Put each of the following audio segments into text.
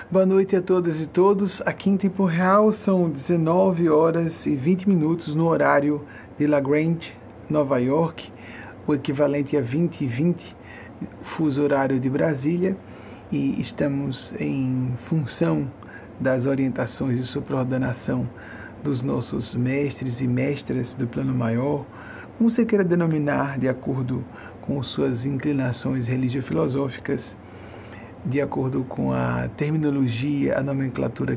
Boa noite a todas e todos. Aqui em tempo real são 19 horas e 20 minutos no horário de La Grande, Nova York, o equivalente a 20 e 20, fuso horário de Brasília, e estamos em função das orientações de superordenação dos nossos mestres e mestras do plano maior, como você queira denominar, de acordo com suas inclinações religio-filosóficas, de acordo com a terminologia, a nomenclatura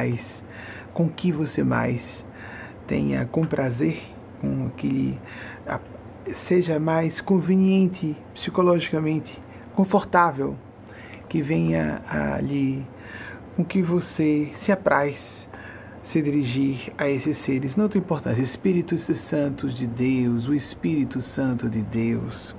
com que você mais tenha com prazer, com que seja mais conveniente, psicologicamente confortável, que venha ali com que você se apraz se dirigir a esses seres. Não tem importância, Espíritos Santos de Deus, o Espírito Santo de Deus.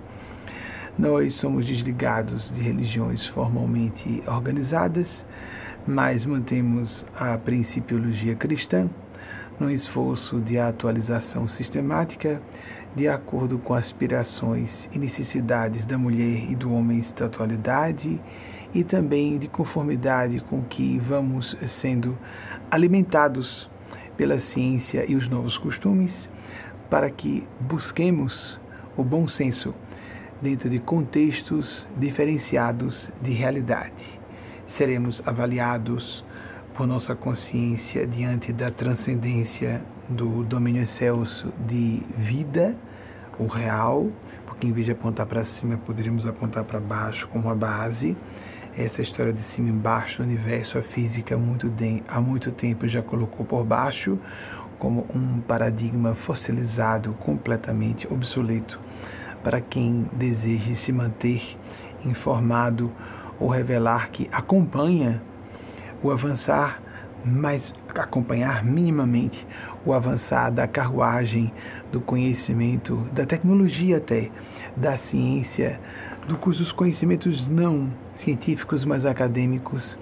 Nós somos desligados de religiões formalmente organizadas, mas mantemos a principiologia cristã num esforço de atualização sistemática de acordo com aspirações e necessidades da mulher e do homem da atualidade, e também de conformidade com que vamos sendo alimentados pela ciência e os novos costumes, para que busquemos o bom senso dentro de contextos diferenciados de realidade. Seremos avaliados por nossa consciência diante da transcendência do domínio excelso de vida, o real, porque em vez de apontar para cima, poderíamos apontar para baixo como a base. Essa história de cima e embaixo do universo, a física há muito tempo já colocou por baixo como um paradigma fossilizado, completamente obsoleto, para quem deseje se manter informado ou revelar que acompanha o avançar, mas acompanhar minimamente o avançar da carruagem, do conhecimento, da tecnologia até, da ciência, dos conhecimentos não científicos, mas acadêmicos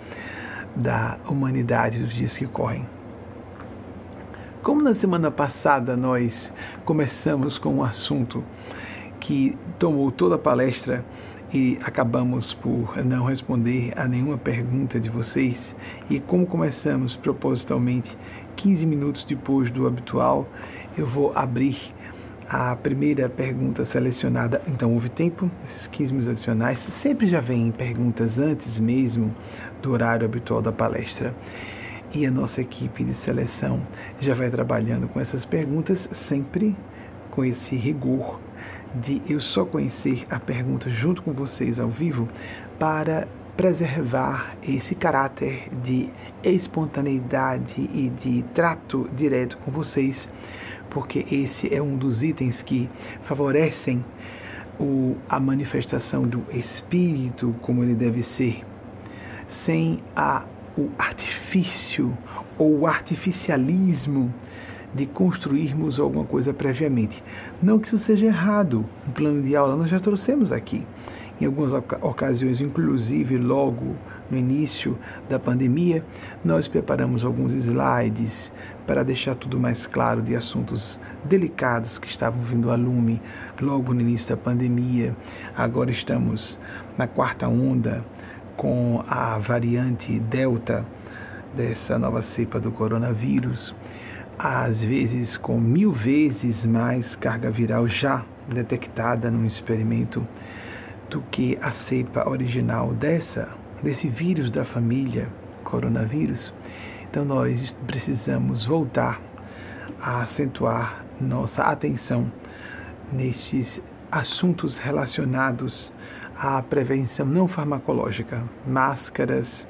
da humanidade dos dias que correm. Como na semana passada nós começamos com um assunto que tomou toda a palestra e acabamos por não responder a nenhuma pergunta de vocês, e como começamos propositalmente 15 minutos depois do habitual, eu vou abrir a primeira pergunta selecionada. Então houve tempo, esses 15 minutos adicionais, sempre já vem perguntas antes mesmo do horário habitual da palestra, e a nossa equipe de seleção já vai trabalhando com essas perguntas, sempre com esse rigor de eu só conhecer a pergunta junto com vocês ao vivo, para preservar esse caráter de espontaneidade e de trato direto com vocês, porque esse é um dos itens que favorecem a manifestação do espírito como ele deve ser, sem o artifício ou o artificialismo de construirmos alguma coisa previamente. Não que isso seja errado, no plano de aula nós já trouxemos aqui, em algumas ocasiões, inclusive logo no início da pandemia, nós preparamos alguns slides para deixar tudo mais claro de assuntos delicados que estavam vindo a lume logo no início da pandemia. Agora estamos na quarta onda com a variante Delta dessa nova cepa do coronavírus, às vezes com 1000 vezes mais carga viral já detectada num experimento do que a cepa original desse vírus da família coronavírus. Então nós precisamos voltar a acentuar nossa atenção nestes assuntos relacionados à prevenção não farmacológica, máscaras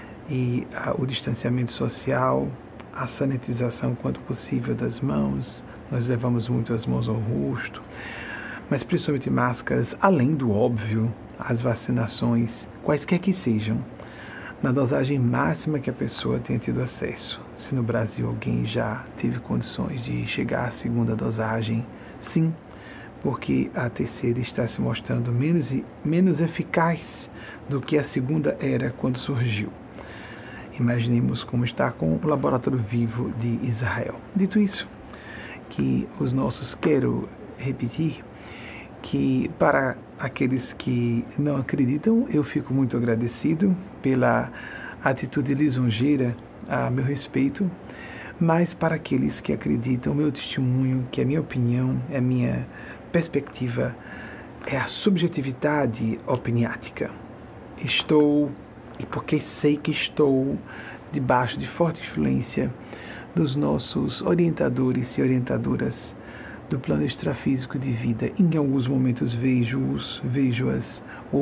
e o distanciamento social, a sanitização quanto possível das mãos. Nós levamos muito as mãos ao rosto, mas principalmente máscaras, além do óbvio, as vacinações, quaisquer que sejam, na dosagem máxima que a pessoa tenha tido acesso. Se no Brasil alguém já teve condições de chegar à segunda dosagem, sim, porque a terceira está se mostrando menos eficaz do que a segunda era quando surgiu. Imaginemos como está com o Laboratório Vivo de Israel. Dito isso, que os nossos, quero repetir, que para aqueles que não acreditam, eu fico muito agradecido pela atitude lisonjeira a meu respeito, mas para aqueles que acreditam, o meu testemunho, que a minha opinião, a minha perspectiva é a subjetividade opiniática. Estou, e porque sei que estou, debaixo de forte influência dos nossos orientadores e orientadoras do plano extrafísico de vida. Em alguns momentos vejo-as,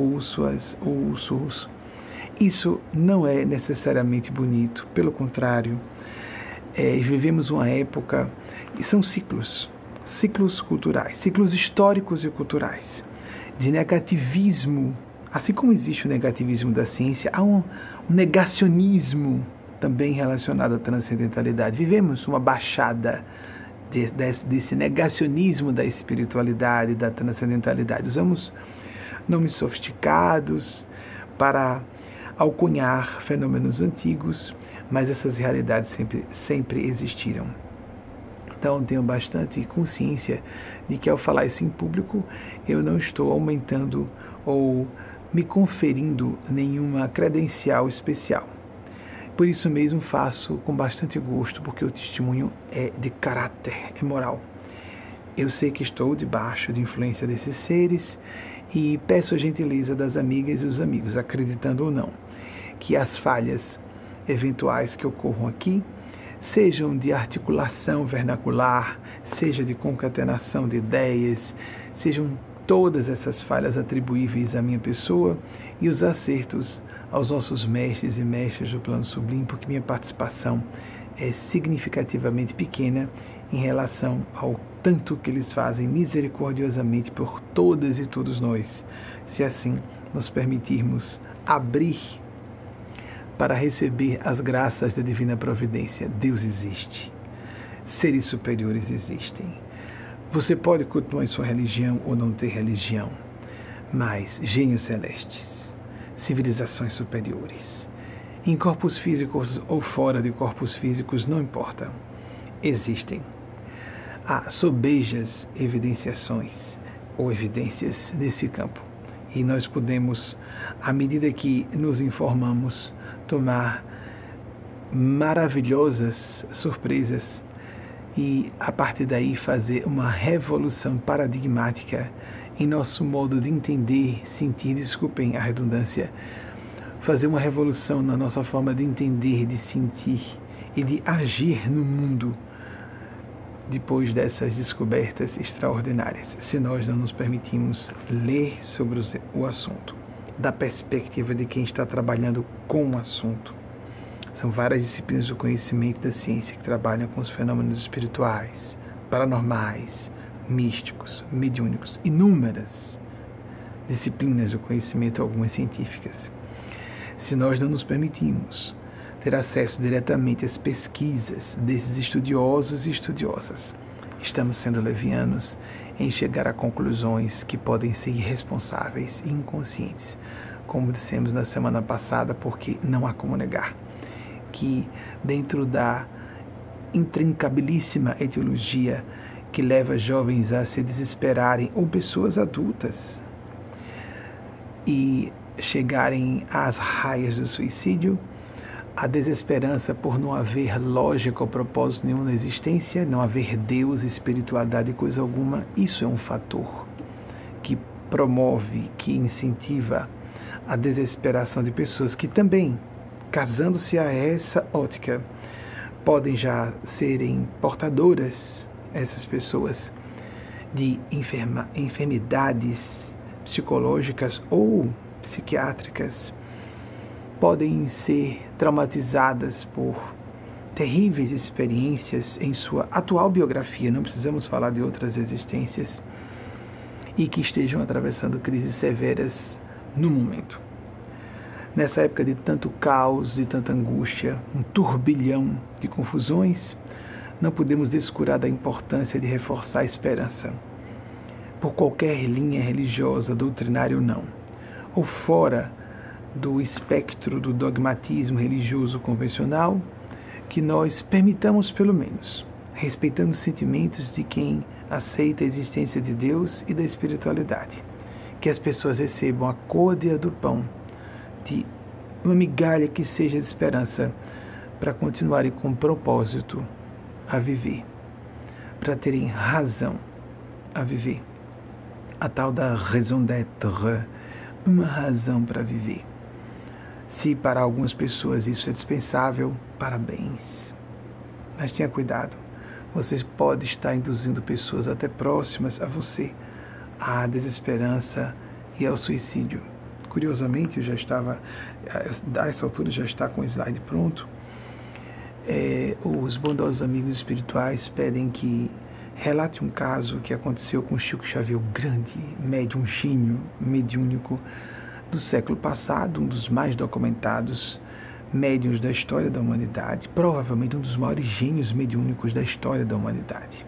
ouço-os. Isso não é necessariamente bonito, pelo contrário, vivemos uma época, e são ciclos culturais, ciclos históricos e culturais, de negativismo. Assim como existe o negativismo da ciência, há um negacionismo também relacionado à transcendentalidade. Vivemos uma baixada desse negacionismo da espiritualidade, da transcendentalidade. Usamos nomes sofisticados para alcunhar fenômenos antigos, mas essas realidades sempre existiram. Então, tenho bastante consciência de que, ao falar isso em público, eu não estou aumentando ou me conferindo nenhuma credencial especial. Por isso mesmo faço com bastante gosto, porque o testemunho é de caráter, é moral. Eu sei que estou debaixo de influência desses seres e peço a gentileza das amigas e dos amigos, acreditando ou não, que as falhas eventuais que ocorram aqui, sejam de articulação vernacular, seja de concatenação de ideias, sejam todas essas falhas atribuíveis à minha pessoa e os acertos aos nossos mestres e mestras do plano sublime, porque minha participação é significativamente pequena em relação ao tanto que eles fazem misericordiosamente por todas e todos nós, se assim nos permitirmos abrir para receber as graças da divina providência. Deus existe, seres superiores existem. Você pode continuar em sua religião ou não ter religião, mas gênios celestes, civilizações superiores, em corpos físicos ou fora de corpos físicos, não importa, existem. Há sobejas evidenciações ou evidências nesse campo, e nós podemos, à medida que nos informamos, tomar maravilhosas surpresas e, a partir daí, fazer uma revolução paradigmática em nosso modo de entender, sentir, desculpem a redundância, fazer uma revolução na nossa forma de entender, de sentir e de agir no mundo depois dessas descobertas extraordinárias, se nós não nos permitimos ler sobre o assunto, da perspectiva de quem está trabalhando com o assunto. São várias disciplinas do conhecimento da ciência que trabalham com os fenômenos espirituais, paranormais, místicos, mediúnicos, inúmeras disciplinas do conhecimento, algumas científicas. Se nós não nos permitimos ter acesso diretamente às pesquisas desses estudiosos e estudiosas, estamos sendo levianos em chegar a conclusões que podem ser irresponsáveis e inconscientes, como dissemos na semana passada, porque não há como negar que dentro da intrincabilíssima etiologia que leva jovens a se desesperarem, ou pessoas adultas, e chegarem às raias do suicídio, a desesperança por não haver lógica ou propósito nenhum na existência, não haver Deus, espiritualidade, coisa alguma, isso é um fator que promove, que incentiva a desesperação de pessoas que também, casando-se a essa ótica, podem já serem portadoras, essas pessoas, de enfermidades psicológicas ou psiquiátricas, podem ser traumatizadas por terríveis experiências em sua atual biografia, não precisamos falar de outras existências, e que estejam atravessando crises severas no momento. Nessa época de tanto caos, de tanta angústia, um turbilhão de confusões, não podemos descurar da importância de reforçar a esperança, por qualquer linha religiosa, doutrinária ou não, ou fora do espectro do dogmatismo religioso convencional, que nós permitamos, pelo menos, respeitando os sentimentos de quem aceita a existência de Deus e da espiritualidade, que as pessoas recebam a côdea do pão de uma migalha que seja de esperança para continuarem com propósito a viver, para terem razão a viver, a tal da raison d'être, uma razão para viver. Se para algumas pessoas isso é dispensável, parabéns. Mas tenha cuidado, você pode estar induzindo pessoas até próximas a você à desesperança e ao suicídio. Curiosamente, eu já estava, a essa altura já está com o slide pronto. Os bondosos amigos espirituais pedem que relate um caso que aconteceu com Chico Xavier, o grande médium gênio mediúnico do século passado, um dos mais documentados médiuns da história da humanidade, provavelmente um dos maiores gênios mediúnicos da história da humanidade.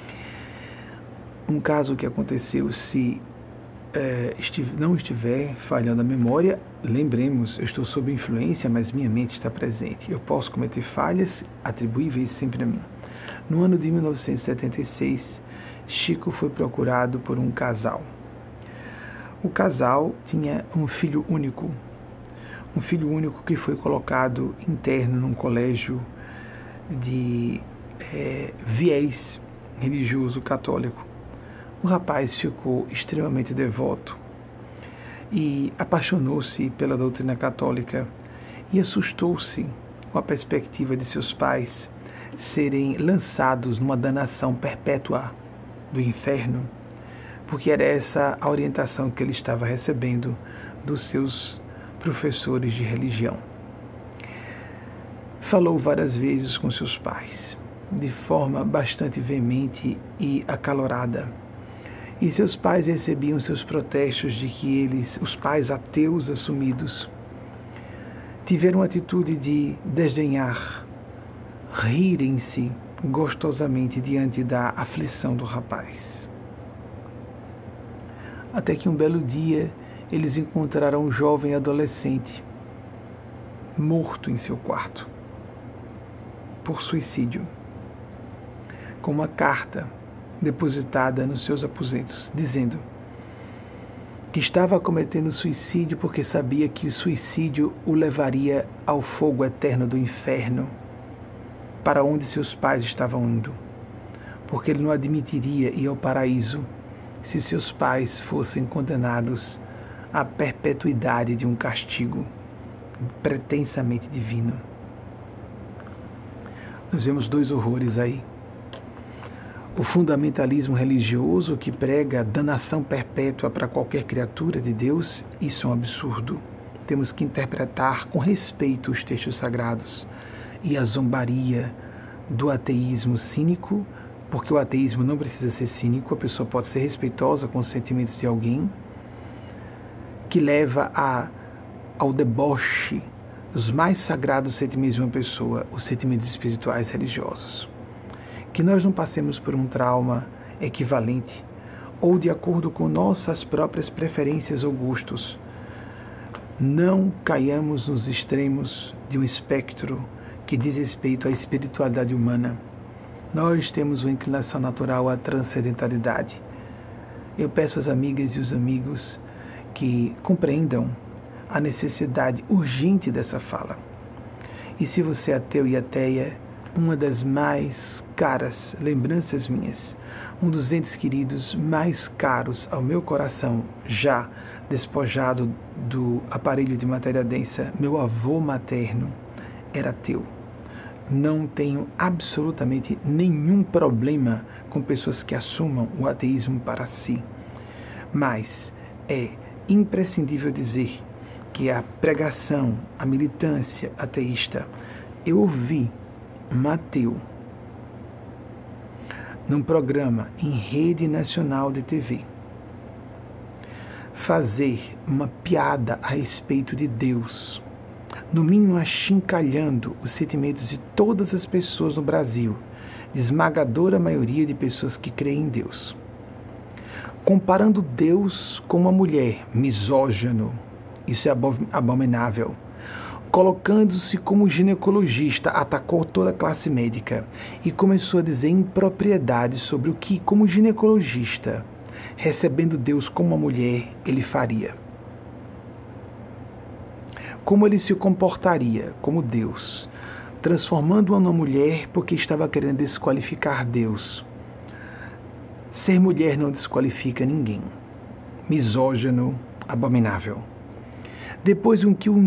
Um caso que aconteceu, se não estiver falhando a memória, lembremos, eu estou sob influência, mas minha mente está presente. Eu posso cometer falhas atribuíveis sempre a mim. No ano de 1976, Chico foi procurado por um casal. O casal tinha um filho único que foi colocado interno num colégio de viés religioso católico. O rapaz ficou extremamente devoto e apaixonou-se pela doutrina católica e assustou-se com a perspectiva de seus pais serem lançados numa danação perpétua do inferno, porque era essa a orientação que ele estava recebendo dos seus professores de religião. Falou várias vezes com seus pais, de forma bastante veemente e acalorada. E seus pais recebiam seus protestos de que eles, os pais ateus assumidos, tiveram a atitude de desdenhar, rirem-se gostosamente diante da aflição do rapaz. Até que um belo dia eles encontraram um jovem adolescente morto em seu quarto por suicídio, com uma carta depositada nos seus aposentos, dizendo que estava cometendo suicídio porque sabia que o suicídio o levaria ao fogo eterno do inferno, para onde seus pais estavam indo, porque ele não admitiria ir ao paraíso se seus pais fossem condenados à perpetuidade de um castigo pretensamente divino. Nós vemos dois horrores aí. O fundamentalismo religioso que prega danação perpétua para qualquer criatura de Deus, isso é um absurdo. Temos que interpretar com respeito os textos sagrados. E a zombaria do ateísmo cínico, porque o ateísmo não precisa ser cínico, a pessoa pode ser respeitosa com os sentimentos de alguém, que leva ao deboche dos mais sagrados sentimentos de uma pessoa, os sentimentos espirituais religiosos. Que nós não passemos por um trauma equivalente ou de acordo com nossas próprias preferências ou gostos. Não caiamos nos extremos de um espectro que diz respeito à espiritualidade humana. Nós temos uma inclinação natural à transcendentalidade. Eu peço às amigas e os amigos que compreendam a necessidade urgente dessa fala. E se você é ateu e ateia, uma das mais caras lembranças minhas, um dos entes queridos mais caros ao meu coração, já despojado do aparelho de matéria densa, meu avô materno era ateu. Não tenho absolutamente nenhum problema com pessoas que assumam o ateísmo para si. Mas é imprescindível dizer que a pregação, a militância ateísta, eu ouvi um ateu num programa em rede nacional de TV fazer uma piada a respeito de Deus, no mínimo achincalhando os sentimentos de todas as pessoas no Brasil, de esmagadora maioria de pessoas que creem em Deus, comparando Deus com uma mulher, misógino, isso é abominável, colocando-se como ginecologista, atacou toda a classe médica e começou a dizer impropriedades sobre o que, como ginecologista, recebendo Deus como uma mulher, ele faria. como ele se comportaria como Deus, transformando-a numa mulher porque estava querendo desqualificar Deus. Ser mulher não desqualifica ninguém. Misógino, abominável. Depois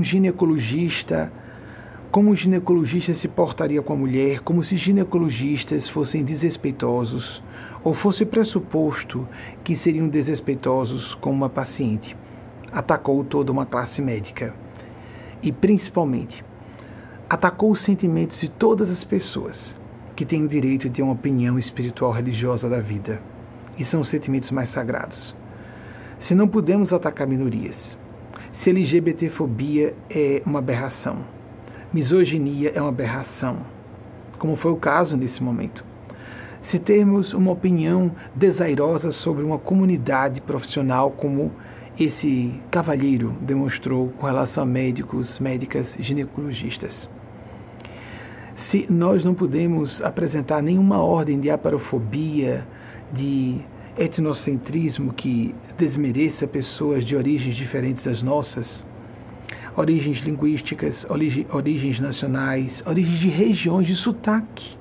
como um ginecologista se portaria com a mulher, como se ginecologistas fossem desrespeitosos, ou fosse pressuposto que seriam desrespeitosos com uma paciente. Atacou toda uma classe médica. E, principalmente, atacou os sentimentos de todas as pessoas que têm o direito de ter uma opinião espiritual religiosa da vida. E são os sentimentos mais sagrados. Se não podemos atacar minorias, se LGBTfobia é uma aberração, misoginia é uma aberração, como foi o caso nesse momento, se termos uma opinião desairosa sobre uma comunidade profissional como esse cavalheiro demonstrou com relação a médicos, médicas, ginecologistas. Se nós não podemos apresentar nenhuma ordem de aparofobia, de etnocentrismo que desmereça pessoas de origens diferentes das nossas, origens linguísticas, origens nacionais, origens de regiões, de sotaque.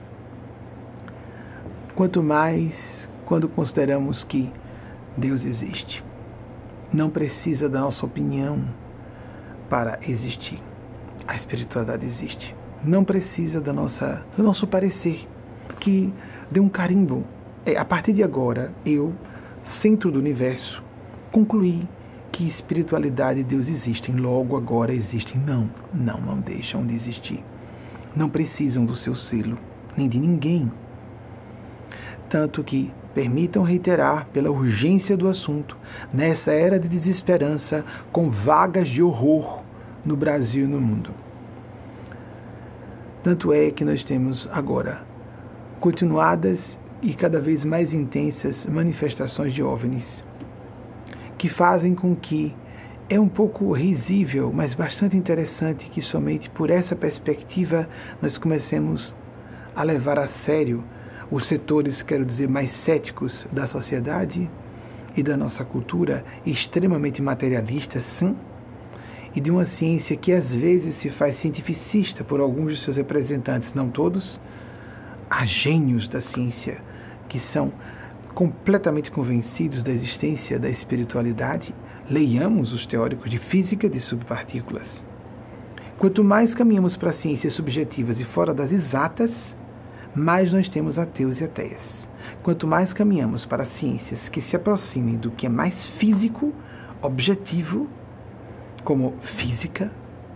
Quanto mais quando consideramos que Deus existe. Não precisa da nossa opinião para existir. A espiritualidade existe. Não precisa do nosso parecer, que dê um carimbo. A partir de agora, eu, centro do universo, concluí que espiritualidade e Deus existem. Logo agora existem. Não deixam de existir. Não precisam do seu selo, nem de ninguém. Tanto que permitam reiterar pela urgência do assunto, nessa era de desesperança, com vagas de horror no Brasil e no mundo. Tanto é que nós temos agora continuadas e cada vez mais intensas manifestações de OVNIs, que fazem com que é um pouco risível, mas bastante interessante que somente por essa perspectiva nós comecemos a levar a sério os setores, quero dizer, mais céticos da sociedade e da nossa cultura, extremamente materialistas, sim, e de uma ciência que às vezes se faz cientificista por alguns de seus representantes, não todos. Há gênios da ciência que são completamente convencidos da existência da espiritualidade. Leiamos os teóricos de física de subpartículas. Quanto mais caminhamos para ciências subjetivas e fora das exatas, mais nós temos ateus e ateias. Quanto mais caminhamos para ciências que se aproximem do que é mais físico, objetivo, como física,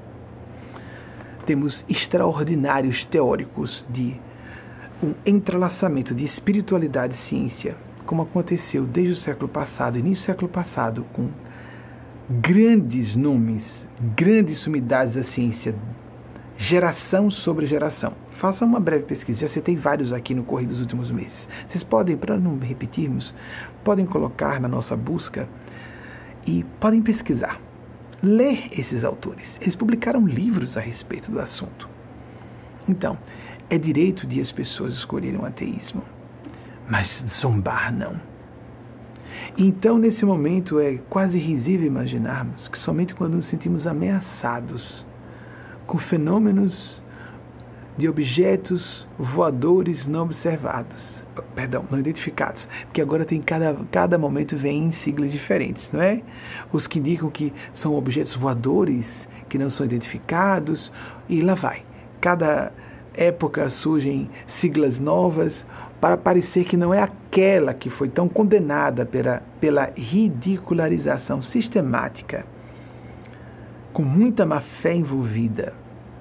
temos extraordinários teóricos de um entrelaçamento de espiritualidade e ciência, como aconteceu desde o século passado, início do século passado, com grandes nomes, grandes sumidades da ciência, geração sobre geração. Faça uma breve pesquisa, já citei vários aqui no correr dos últimos meses. Vocês podem, para não repetirmos, podem colocar na nossa busca e podem pesquisar, ler esses autores. Eles publicaram livros a respeito do assunto. Então, é direito de as pessoas escolherem o ateísmo, mas zombar não. Então, nesse momento, é quase risível imaginarmos que somente quando nos sentimos ameaçados com fenômenos de objetos voadores não observados, não identificados, porque agora tem cada momento vem em siglas diferentes, não é? Os que indicam que são objetos voadores que não são identificados, e lá vai. Cada época surgem siglas novas para parecer que não é aquela que foi tão condenada pela ridicularização sistemática, com muita má fé envolvida.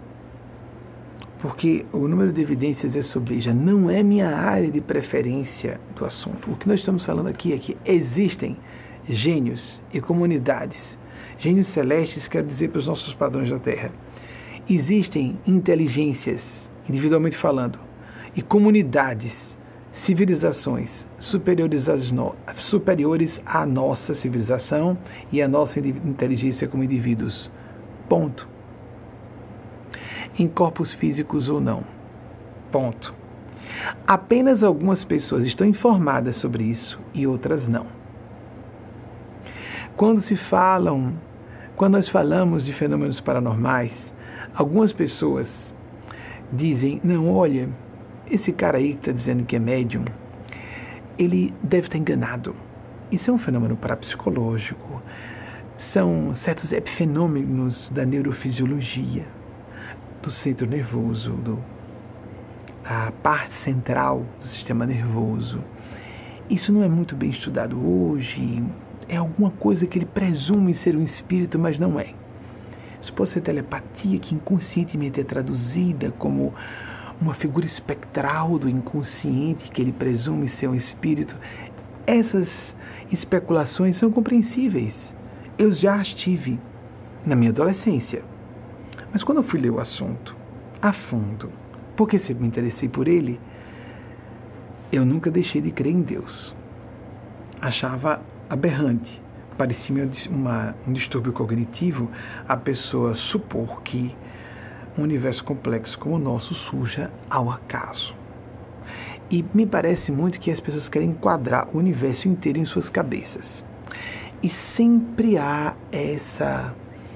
Porque o número de evidências é sobeja, não é minha área de preferência do assunto. O que nós estamos falando aqui é que existem gênios e comunidades. Gênios celestes quer dizer para os nossos padrões da Terra. Existem inteligências, individualmente falando, e comunidades, civilizações superiores à nossa civilização e à nossa inteligência como indivíduos. Ponto. Em corpos físicos ou não. Ponto. Apenas algumas pessoas estão informadas sobre isso e outras não. Quando Quando nós falamos de fenômenos paranormais, algumas pessoas dizem, não, olha, esse cara aí que está dizendo que é médium, ele deve estar enganado. Isso é um fenômeno parapsicológico, são certos epifenômenos da neurofisiologia, do centro nervoso, da parte central do sistema nervoso. Isso não é muito bem estudado hoje, é alguma coisa que ele presume ser um espírito, mas não é. Isso pode ser telepatia que inconscientemente é traduzida como uma figura espectral do inconsciente que ele presume ser um espírito. Essas especulações são compreensíveis. Eu já as tive na minha adolescência. Mas quando eu fui ler o assunto a fundo, porque sempre me interessei por ele, eu nunca deixei de crer em Deus. Achava aberrante, parecia um distúrbio cognitivo a pessoa supor que um universo complexo como o nosso surja ao acaso. E me parece muito que as pessoas querem enquadrar o universo inteiro em suas cabeças. E sempre há essa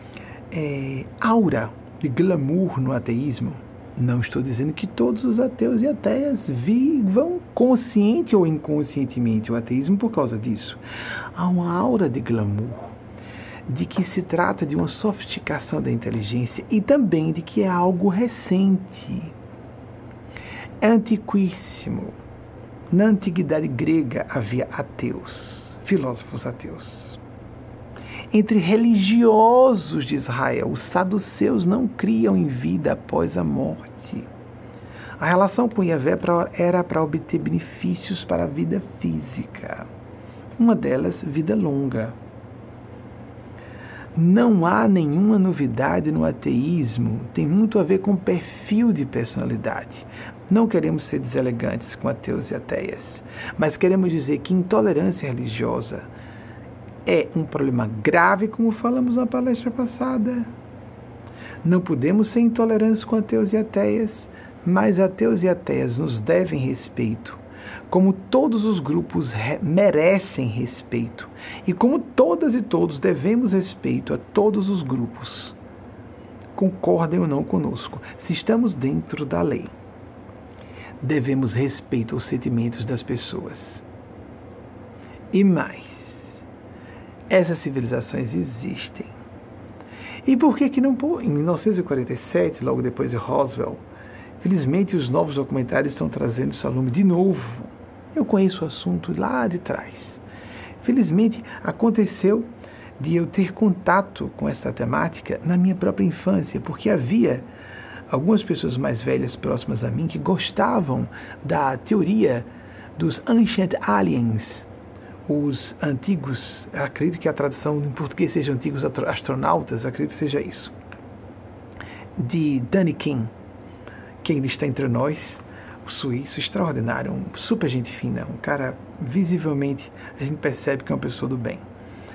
aura de glamour no ateísmo. Não estou dizendo que todos os ateus e ateias vivam consciente ou inconscientemente o ateísmo por causa disso. Há uma aura de glamour, de que se trata de uma sofisticação da inteligência e também de que é algo recente. É antiquíssimo. Na antiguidade grega havia ateus, filósofos ateus. Entre religiosos de Israel, os saduceus não criam em vida após a morte. A relação com Yahvé era para obter benefícios para a vida física. Uma delas, vida longa. Não há nenhuma novidade no ateísmo, tem muito a ver com perfil de personalidade. Não queremos ser deselegantes com ateus e ateias, mas queremos dizer que intolerância religiosa é um problema grave, como falamos na palestra passada. Não podemos ser intolerantes com ateus e ateias, mas ateus e ateias nos devem respeito, como todos os grupos merecem respeito, e como todas e todos devemos respeito a todos os grupos, concordem ou não conosco, se estamos dentro da lei. Devemos respeito aos sentimentos das pessoas. E mais, essas civilizações existem. E por que não? Em 1947, logo depois de Roswell, felizmente os novos documentários estão trazendo isso a lume de novo. Eu conheço o assunto lá de trás. Felizmente aconteceu de eu ter contato com essa temática na minha própria infância, porque havia algumas pessoas mais velhas próximas a mim que gostavam da teoria dos Ancient Aliens, os antigos, acredito que a tradução em português seja antigos astronautas, acredito que seja isso, de Danny King, que ainda está entre nós, o suíço extraordinário, um super gente fina, um cara visivelmente, a gente percebe que é uma pessoa do bem.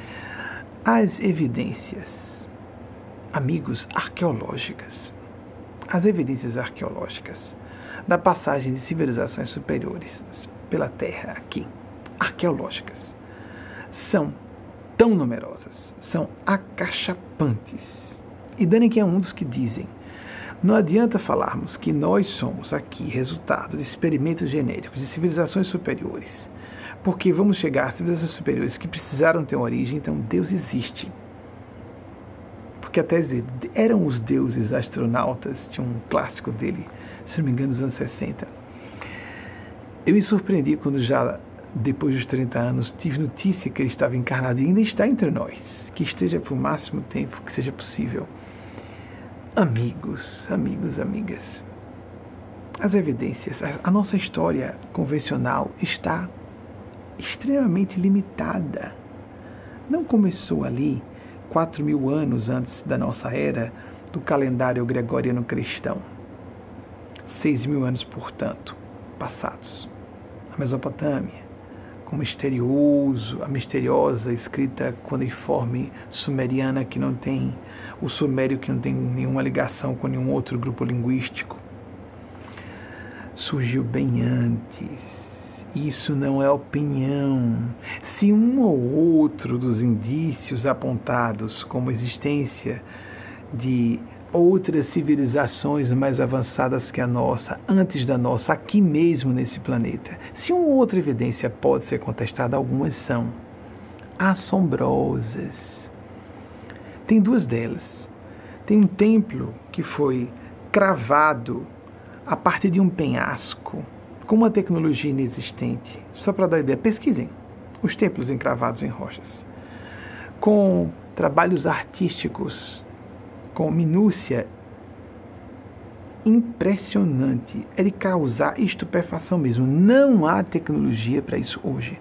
As evidências, amigos, arqueológicas, as evidências arqueológicas da passagem de civilizações superiores pela Terra aqui, arqueológicas, são tão numerosas, são acachapantes. E Daniken é um dos que dizem, não adianta falarmos que nós somos aqui resultado de experimentos genéticos de civilizações superiores, porque vamos chegar a civilizações superiores que precisaram ter uma origem, então Deus existe. Porque até dizer, eram os deuses astronautas, tinha um clássico dele, se não me engano, dos anos 60. Eu me surpreendi quando já depois dos 30 anos, tive notícia que ele estava encarnado e ainda está entre nós. Que esteja por máximo tempo que seja possível. Amigos, amigas, as evidências, a nossa história convencional está extremamente limitada. Não começou ali 4.000 anos antes da nossa era do calendário gregoriano cristão. 6.000 anos, portanto, passados. A Mesopotâmia, com a misteriosa escrita cuneiforme sumeriana que não tem, o sumério que não tem nenhuma ligação com nenhum outro grupo linguístico, surgiu bem antes. Isso não é opinião. Se um ou outro dos indícios apontados como existência de outras civilizações mais avançadas que a nossa, antes da nossa, aqui mesmo nesse planeta, se uma ou outra evidência pode ser contestada, algumas são assombrosas. Tem duas delas. Tem um templo que foi cravado a partir de um penhasco, com uma tecnologia inexistente. Só para dar ideia, pesquisem os templos encravados em rochas, com trabalhos artísticos, com minúcia impressionante. É de causar estupefação mesmo. Não há tecnologia para isso hoje.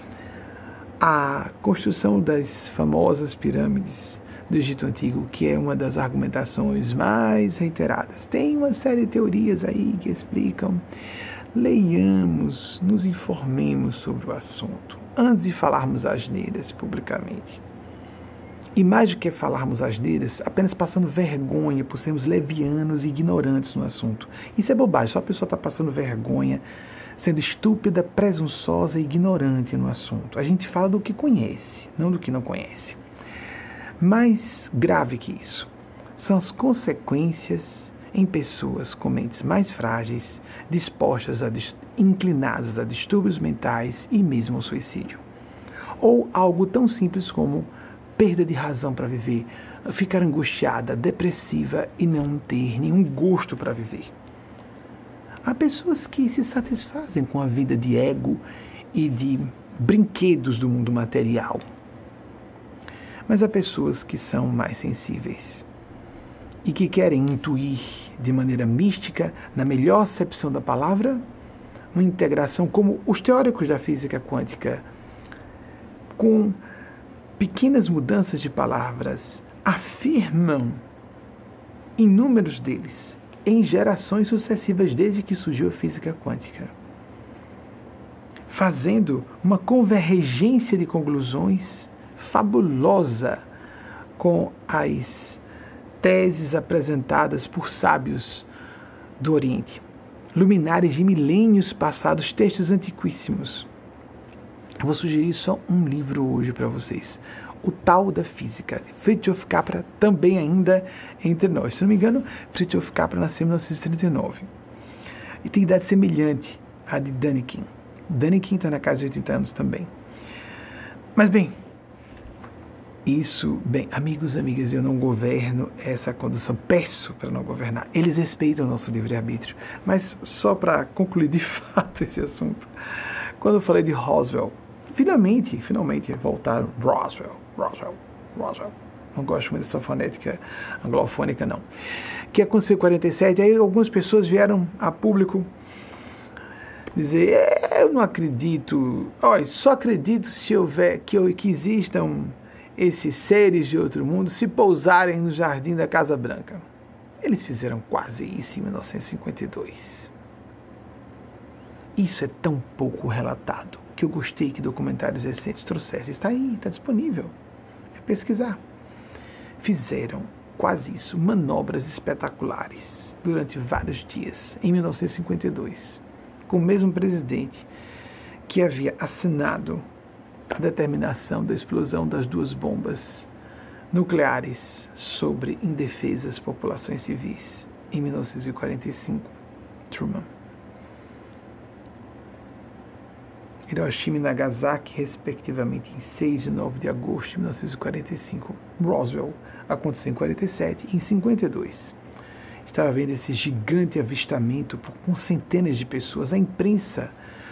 A construção das famosas pirâmides do Egito Antigo, que é uma das argumentações mais reiteradas. Tem uma série de teorias aí que explicam. Leiamos, nos informemos sobre o assunto, antes de falarmos asneiras publicamente. E mais do que falarmos asneiras, apenas passando vergonha por sermos levianos e ignorantes no assunto. Isso é bobagem, só a pessoa está passando vergonha, sendo estúpida, presunçosa e ignorante no assunto. A gente fala do que conhece, não do que não conhece. Mais grave que isso são as consequências em pessoas com mentes mais frágeis, dispostas inclinadas a distúrbios mentais e mesmo ao suicídio. Ou algo tão simples como perda de razão para viver, ficar angustiada, depressiva e não ter nenhum gosto para viver. Há pessoas que se satisfazem com a vida de ego e de brinquedos do mundo material. Mas há pessoas que são mais sensíveis e que querem intuir de maneira mística, na melhor acepção da palavra, uma integração como os teóricos da física quântica, com pequenas mudanças de palavras, afirmam, inúmeros deles, em gerações sucessivas desde que surgiu a física quântica, fazendo uma convergência de conclusões fabulosa com as teses apresentadas por sábios do Oriente, luminares de milênios passados, textos antiquíssimos. Eu vou sugerir só um livro hoje para vocês, O Tal da Física, Fritjof Capra, também ainda entre nós. Se não me engano, Fritjof Capra nasceu em 1939 e tem idade semelhante à de Daniken. Daniken está na casa de 80 anos também. Mas bem, amigos e amigas, eu não governo essa condução, peço para não governar. Eles respeitam o nosso livre-arbítrio. Mas só para concluir de fato esse assunto, quando eu falei de Roswell, finalmente voltaram Roswell. Não gosto muito dessa fonética anglofônica, não. Que aconteceu em 47, aí algumas pessoas vieram a público dizer, eu não acredito, só acredito se houver, que existam esses seres de outro mundo se pousarem no jardim da Casa Branca. Eles fizeram quase isso em 1952. Isso é tão pouco relatado que eu gostei que documentários recentes trouxessem. Está aí, está disponível. É pesquisar. Fizeram quase isso, manobras espetaculares durante vários dias, em 1952, com o mesmo presidente que havia assinado a determinação da explosão das 2 bombas nucleares sobre indefesas populações civis em 1945, Truman. Hiroshima e Nagasaki, respectivamente, em 6 e 9 de agosto de 1945. Roswell aconteceu em 47 e em 52. Estava vendo esse gigante avistamento com centenas de pessoas. A imprensa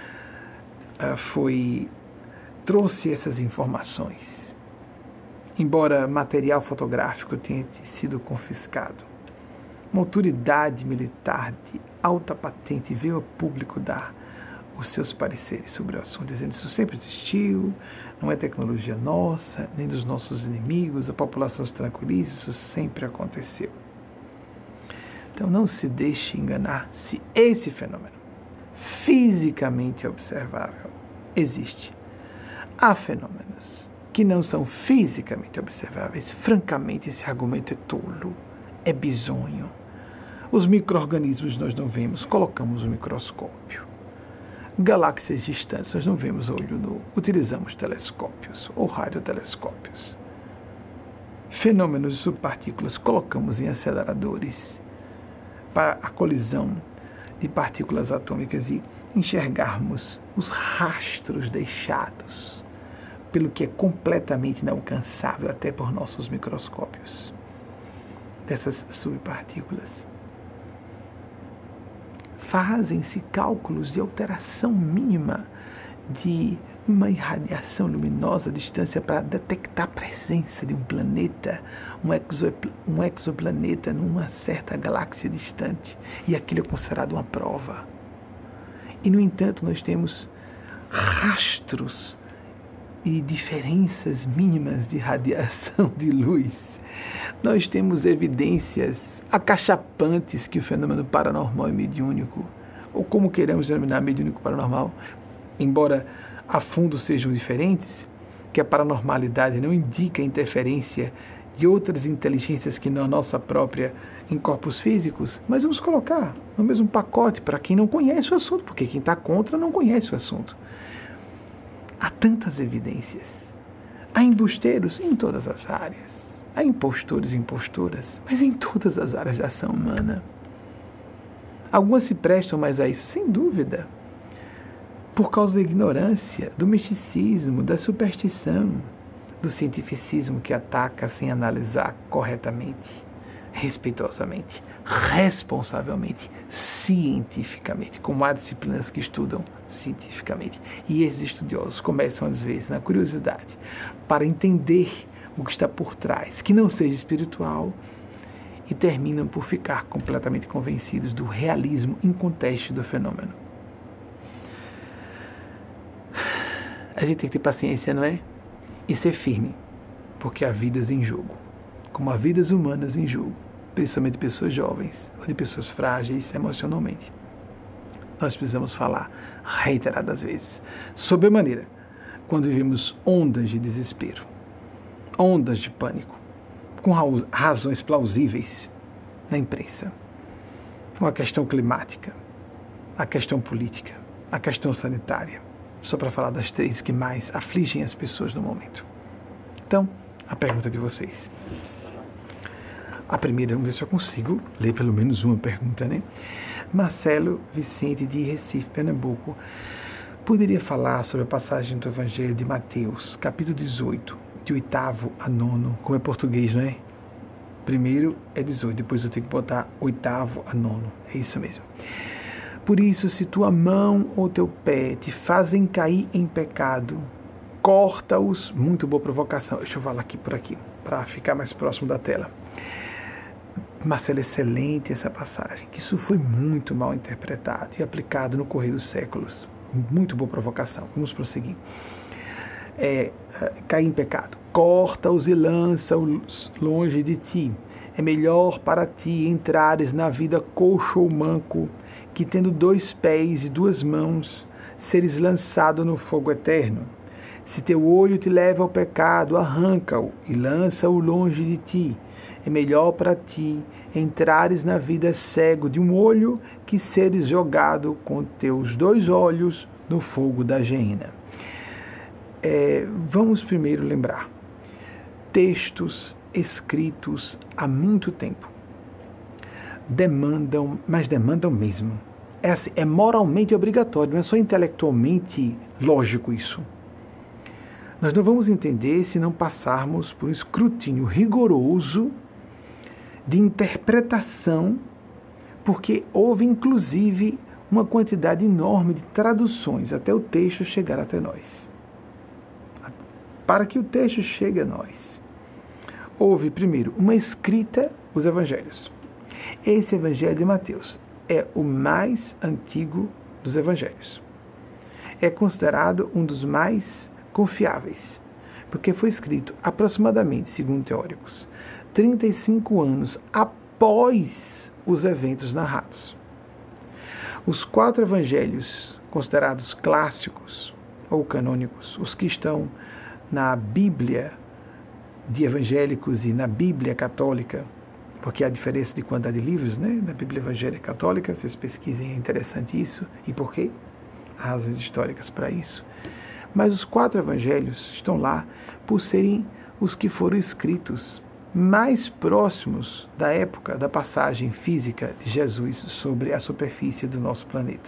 trouxe essas informações, embora material fotográfico tenha sido confiscado. Uma autoridade militar de alta patente veio ao público dar os seus pareceres sobre o assunto, dizendo que isso sempre existiu, não é tecnologia nossa, nem dos nossos inimigos, a população se tranquiliza, isso sempre aconteceu. Então não se deixe enganar se esse fenômeno fisicamente observável existe. Há fenômenos que não são fisicamente observáveis. Francamente, esse argumento é tolo, é bizonho. Os micro-organismos nós não vemos, colocamos o microscópio. galáxias distantes. Nós não vemos a olho nu, utilizamos telescópios ou radiotelescópios. Fenômenos de subpartículas colocamos em aceleradores para a colisão de partículas atômicas e enxergarmos os rastros deixados pelo que é completamente inalcançável até por nossos microscópios dessas subpartículas. Fazem-se cálculos de alteração mínima de uma irradiação luminosa à distância para detectar a presença de um planeta, um exoplaneta numa certa galáxia distante, e aquilo é considerado uma prova. E, no entanto, nós temos rastros e diferenças mínimas de radiação de luz. Nós temos evidências acachapantes que o fenômeno paranormal é mediúnico, ou como queremos denominar mediúnico paranormal, embora a fundo sejam diferentes, que a paranormalidade não indica a interferência de outras inteligências que não a nossa própria em corpos físicos, mas vamos colocar no mesmo pacote para quem não conhece o assunto, porque quem está contra não conhece o assunto. Há tantas evidências. Há embusteiros em todas as áreas. Há impostores e impostoras, mas em todas as áreas da ação humana. Algumas se prestam mais a isso, sem dúvida, por causa da ignorância, do misticismo, da superstição, do cientificismo que ataca sem analisar corretamente, respeitosamente, responsavelmente, cientificamente, como há disciplinas que estudam cientificamente. E esses estudiosos começam, às vezes, na curiosidade, para entender o que está por trás, que não seja espiritual, e terminam por ficar completamente convencidos do realismo inconteste do fenômeno. A gente tem que ter paciência, não é? E ser firme, porque há vidas em jogo, como há vidas humanas em jogo, principalmente de pessoas jovens ou de pessoas frágeis emocionalmente. Nós precisamos falar reiteradas vezes, sobremaneira, quando vivemos ondas de desespero, ondas de pânico, com razões plausíveis na imprensa, a questão climática, a questão política, a questão sanitária, só para falar das três que mais afligem as pessoas no momento. Então, a pergunta de vocês. A primeira, vamos ver se eu consigo ler pelo menos uma pergunta, né? Marcelo Vicente, de Recife, Pernambuco, poderia falar sobre a passagem do Evangelho de Mateus, capítulo 18, de 8º a 9º, como é português, não é? Primeiro é 18, depois eu tenho que botar 8º a 9º, é isso mesmo. Por isso, se tua mão ou teu pé te fazem cair em pecado, corta-os. Muito boa provocação. Deixa eu falar aqui por aqui, para ficar mais próximo da tela. Marcelo, excelente essa passagem, que isso foi muito mal interpretado e aplicado no correr dos séculos. Muito boa provocação. Vamos prosseguir. Cair em pecado. Corta-os e lança-os longe de ti. É melhor para ti entrares na vida coxo ou manco, que tendo 2 pés e 2 mãos, seres lançado no fogo eterno. Se teu olho te leva ao pecado, arranca-o e lança-o longe de ti. É melhor para ti entrares na vida cego de um olho, que seres jogado com teus 2 olhos no fogo da geena. Vamos primeiro lembrar. Textos escritos há muito tempo demandam mesmo. É moralmente obrigatório, não é só intelectualmente lógico isso. Nós não vamos entender se não passarmos por um escrutínio rigoroso de interpretação, porque houve inclusive uma quantidade enorme de traduções até o texto chegar até nós. Para que o texto chegue a nós, houve primeiro uma escrita, os evangelhos. Esse evangelho de Mateus é o mais antigo dos evangelhos. É considerado um dos mais confiáveis, porque foi escrito aproximadamente, segundo teóricos, 35 anos após os eventos narrados. Os 4 evangelhos considerados clássicos ou canônicos, os que estão na Bíblia de evangélicos e na Bíblia católica, porque há diferença de quantidade de livros, né? Na Bíblia evangélica católica, vocês pesquisem, é interessante isso. E por quê? razões históricas para isso. Mas os 4 evangelhos estão lá por serem os que foram escritos mais próximos da época da passagem física de Jesus sobre a superfície do nosso planeta.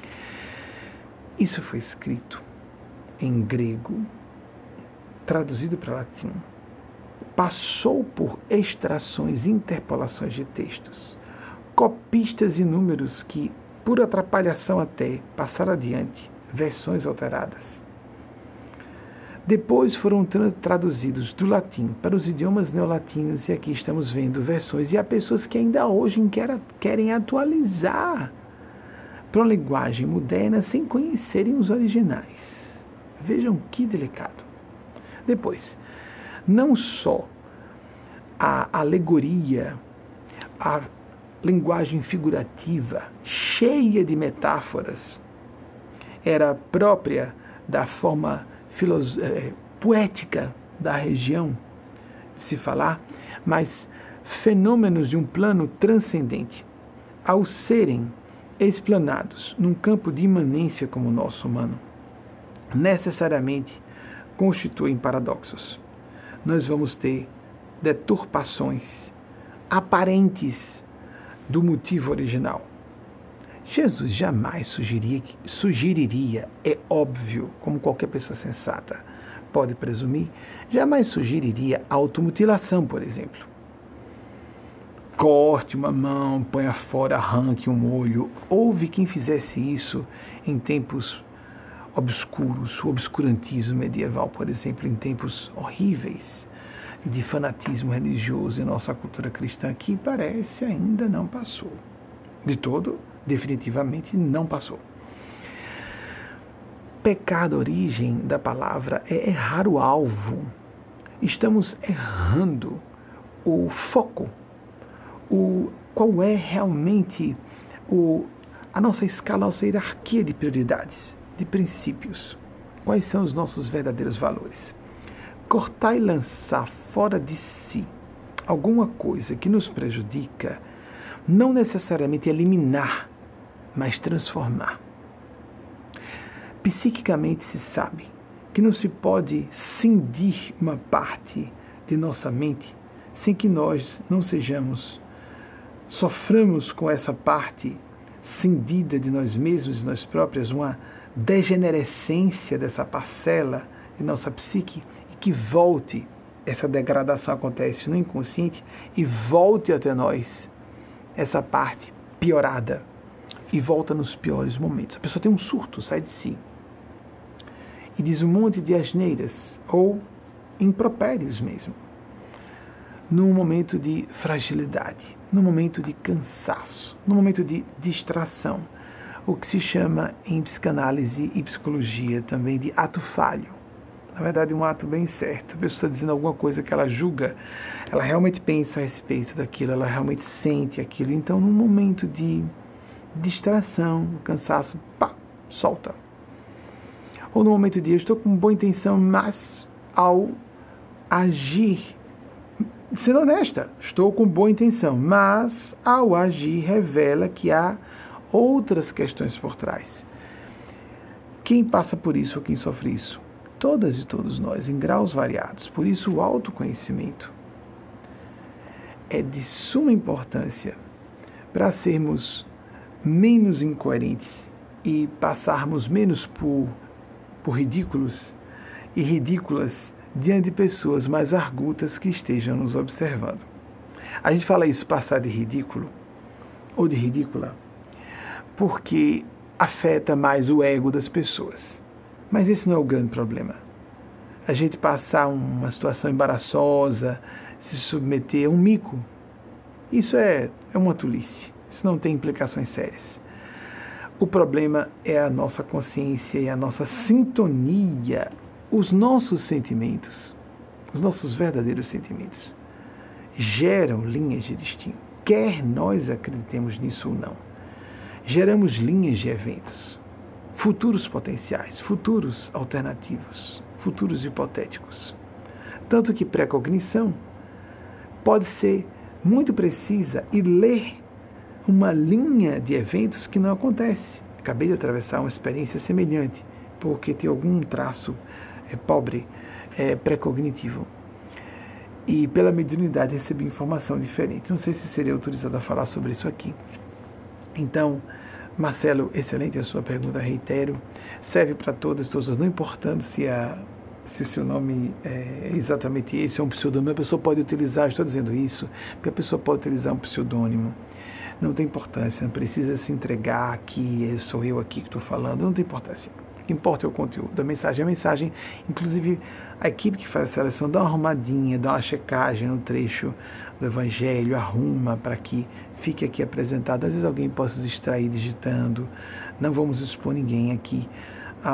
Isso foi escrito em grego, traduzido para latim, passou por extrações e interpolações de textos, copistas inúmeros que, por atrapalhação até, passaram adiante, versões alteradas. Depois foram traduzidos do latim para os idiomas neolatinos, e aqui estamos vendo versões, e há pessoas que ainda hoje querem atualizar para uma linguagem moderna sem conhecerem os originais. Vejam que delicado. Depois, não só a alegoria, a linguagem figurativa, cheia de metáforas, era própria da forma poética da região de se falar, mas fenômenos de um plano transcendente, ao serem explanados num campo de imanência como o nosso humano, necessariamente constituem paradoxos. Nós vamos ter deturpações aparentes do motivo original. Jesus jamais sugeriria, é óbvio, como qualquer pessoa sensata pode presumir, jamais sugeriria automutilação, por exemplo. Corte uma mão, ponha fora, arranque um olho. Houve quem fizesse isso em tempos obscuros, o obscurantismo medieval, por exemplo, em tempos horríveis de fanatismo religioso em nossa cultura cristã, que parece ainda não passou. De todo, definitivamente não passou. Pecar da origem da palavra é errar o alvo. Estamos errando o foco. Qual é realmente a nossa escala, a nossa hierarquia de prioridades, de princípios. Quais são os nossos verdadeiros valores? Cortar e lançar fora de si alguma coisa que nos prejudica, não necessariamente eliminar, mas transformar. Psiquicamente se sabe que não se pode cindir uma parte de nossa mente sem que nós não soframos com essa parte cindida de nós mesmos, de nós próprios, uma degenerescência dessa parcela de nossa psique, e que volte, essa degradação acontece no inconsciente, e volte até nós essa parte piorada, e volta nos piores momentos. A pessoa tem um surto, sai de si, e diz um monte de asneiras, ou impropérios mesmo, num momento de fragilidade, num momento de cansaço, num momento de distração, o que se chama em psicanálise e psicologia também de ato falho. Na verdade, um ato bem certo. A pessoa está dizendo alguma coisa que ela julga, ela realmente pensa a respeito daquilo, ela realmente sente aquilo. Então, num momento de distração, cansaço, pá, solta. Ou no momento de eu estou com boa intenção, mas ao agir, sendo honesta, estou com boa intenção, mas ao agir revela que há outras questões por trás. Quem passa por isso ou quem sofre isso? Todas e todos nós, em graus variados. Por isso o autoconhecimento é de suma importância para sermos menos incoerentes e passarmos menos por ridículos e ridículas diante de pessoas mais argutas que estejam nos observando. A gente fala isso, passar de ridículo ou de ridícula, porque afeta mais o ego das pessoas. Mas esse não é o grande problema. A gente passar uma situação embaraçosa, se submeter a um mico, isso é uma tolice. Isso não tem implicações sérias. O problema é a nossa consciência e a nossa sintonia, os nossos sentimentos, os nossos verdadeiros sentimentos, geram linhas de destino, quer nós acreditemos nisso ou não. Geramos linhas de eventos, futuros potenciais, futuros alternativos, futuros hipotéticos. Tanto que precognição pode ser muito precisa e ler uma linha de eventos que não acontece. acabei de atravessar uma experiência semelhante, porque tem algum traço pobre, pré-cognitivo. E pela mediunidade recebi informação diferente. Não sei se seria autorizado a falar sobre isso aqui. Então, Marcelo, excelente a sua pergunta, reitero. Serve para todas, não importando se seu nome é exatamente esse, é um pseudônimo. A pessoa pode utilizar, estou dizendo isso, porque a pessoa pode utilizar um pseudônimo. Não tem importância, não precisa se entregar aqui, sou eu aqui que estou falando, não tem importância. O que importa é o conteúdo da mensagem. A mensagem, inclusive, a equipe que faz a seleção dá uma arrumadinha, dá uma checagem no trecho do Evangelho, arruma para que fique aqui apresentado. Às vezes alguém possa se distrair digitando. Não vamos expor ninguém aqui a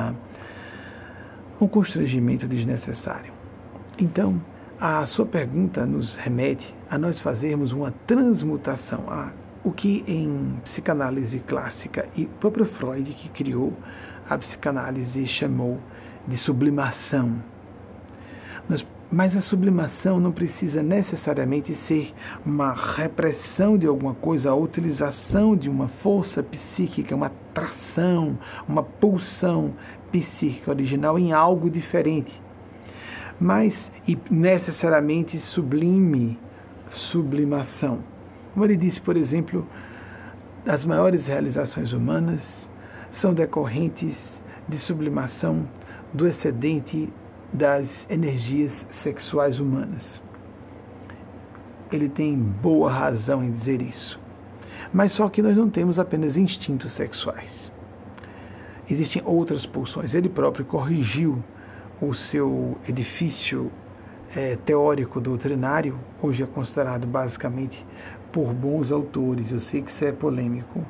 um constrangimento desnecessário. Então, a sua pergunta nos remete a nós fazermos uma transmutação, o que em psicanálise clássica, e o próprio Freud, que criou a psicanálise, chamou de sublimação. Mas a sublimação não precisa necessariamente ser uma repressão de alguma coisa, a utilização de uma força psíquica, uma atração, uma pulsão psíquica original em algo diferente. Mas, e necessariamente sublimação. Como ele disse, por exemplo, as maiores realizações humanas são decorrentes de sublimação do excedente das energias sexuais humanas. Ele tem boa razão em dizer isso. Mas só que nós não temos apenas instintos sexuais. Existem outras pulsões. Ele próprio corrigiu o seu edifício teórico doutrinário, hoje é considerado basicamente por bons autores, eu sei que isso é polêmico,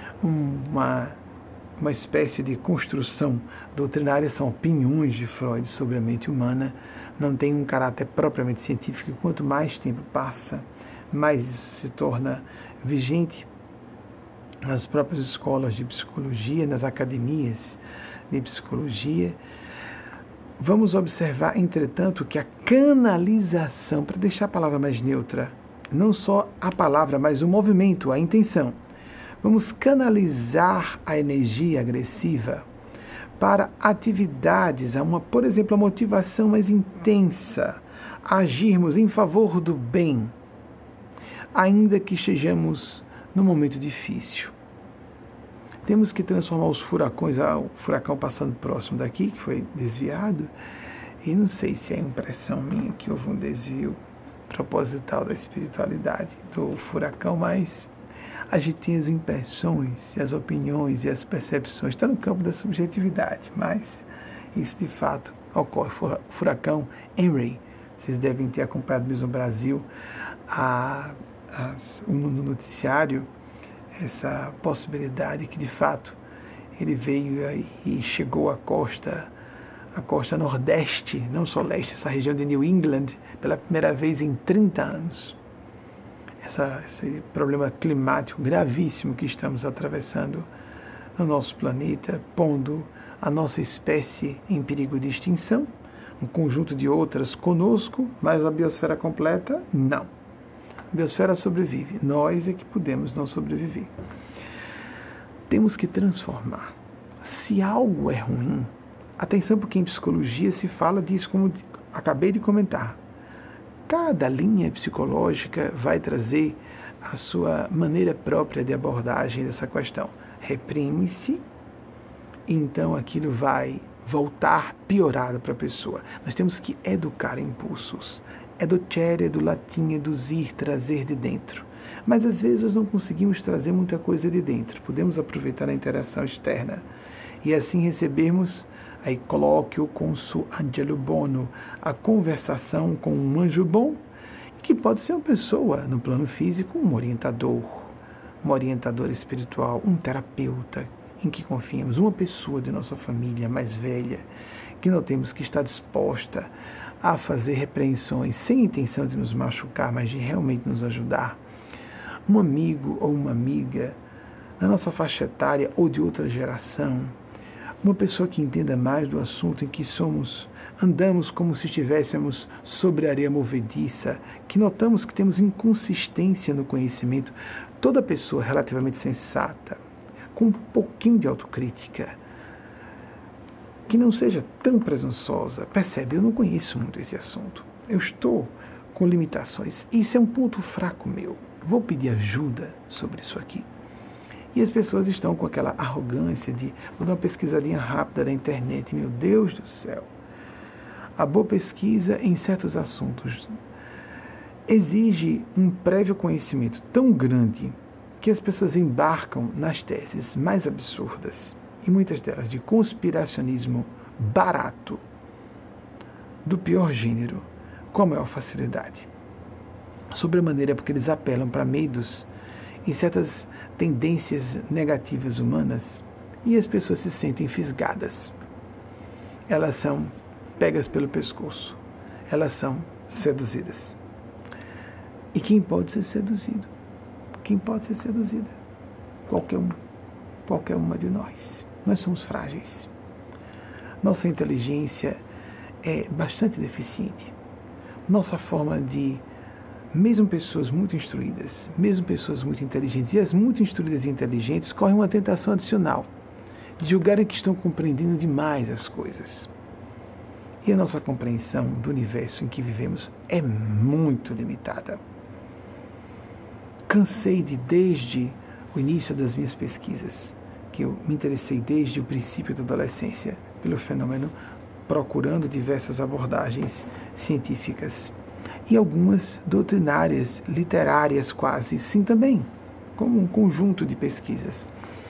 uma espécie de construção doutrinária, são opiniões de Freud sobre a mente humana, não tem um caráter propriamente científico, e quanto mais tempo passa, mais isso se torna vigente nas próprias escolas de psicologia, nas academias de psicologia. Vamos observar, entretanto, que a canalização, para deixar a palavra mais neutra, não só a palavra, mas o movimento, a intenção. Vamos canalizar a energia agressiva para atividades, por exemplo, a motivação mais intensa, agirmos em favor do bem, ainda que estejamos num momento difícil. Temos que transformar os furacões, o furacão passando próximo daqui, que foi desviado, e não sei se é impressão minha que houve um desvio proposital da espiritualidade do furacão, mas a gente tem as impressões, as opiniões e as percepções, está no campo da subjetividade, mas isso de fato ocorre. Furacão Henry, vocês devem ter acompanhado mesmo no Brasil, no noticiário, essa possibilidade que de fato ele veio e chegou à costa nordeste, não só leste, essa região de New England, pela primeira vez em 30 anos. Esse problema climático gravíssimo que estamos atravessando no nosso planeta, pondo a nossa espécie em perigo de extinção, um conjunto de outras conosco, mas a biosfera completa, não. A biosfera sobrevive, nós é que podemos não sobreviver. Temos que transformar. Se algo é ruim, atenção, porque em psicologia se fala disso, como acabei de comentar. Cada linha psicológica vai trazer a sua maneira própria de abordagem dessa questão. Reprime-se, então aquilo vai voltar piorado para a pessoa. Nós temos que educar impulsos. Educere, do latim, eduzir, trazer de dentro. Mas às vezes nós não conseguimos trazer muita coisa de dentro. Podemos aproveitar a interação externa e assim recebermos, aí colóquio com su angelo bono, a conversação com um anjo bom, que pode ser uma pessoa no plano físico, um orientador espiritual, um terapeuta em que confiemos, uma pessoa de nossa família mais velha, que notemos que está disposta a fazer repreensões sem intenção de nos machucar, mas de realmente nos ajudar. Um amigo ou uma amiga na nossa faixa etária ou de outra geração, uma pessoa que entenda mais do assunto em que andamos como se estivéssemos sobre areia movediça, que notamos que temos inconsistência no conhecimento. Toda pessoa relativamente sensata, com um pouquinho de autocrítica, que não seja tão presunçosa. Percebe, eu não conheço muito esse assunto. Eu estou com limitações. Isso é um ponto fraco meu. Vou pedir ajuda sobre isso aqui. E as pessoas estão com aquela arrogância de, vou dar uma pesquisadinha rápida na internet. Meu Deus do céu. A boa pesquisa em certos assuntos exige um prévio conhecimento tão grande que as pessoas embarcam nas teses mais absurdas, e muitas delas de conspiracionismo barato, do pior gênero, com a maior facilidade. Sobremaneira porque eles apelam para medos e certas tendências negativas humanas, e as pessoas se sentem fisgadas. Elas são pegas pelo pescoço, elas são seduzidas. E quem pode ser seduzido? Quem pode ser seduzida? Qualquer uma de nós. Nós somos frágeis. Nossa inteligência é bastante deficiente. Nossa forma de, mesmo pessoas muito instruídas, mesmo pessoas muito inteligentes, e as muito instruídas e inteligentes correm uma tentação adicional de julgarem que estão compreendendo demais as coisas. E a nossa compreensão do universo em que vivemos é muito limitada. Cansei desde o início das minhas pesquisas, que eu me interessei desde o princípio da adolescência pelo fenômeno, procurando diversas abordagens científicas e algumas doutrinárias, literárias quase, sim também, como um conjunto de pesquisas.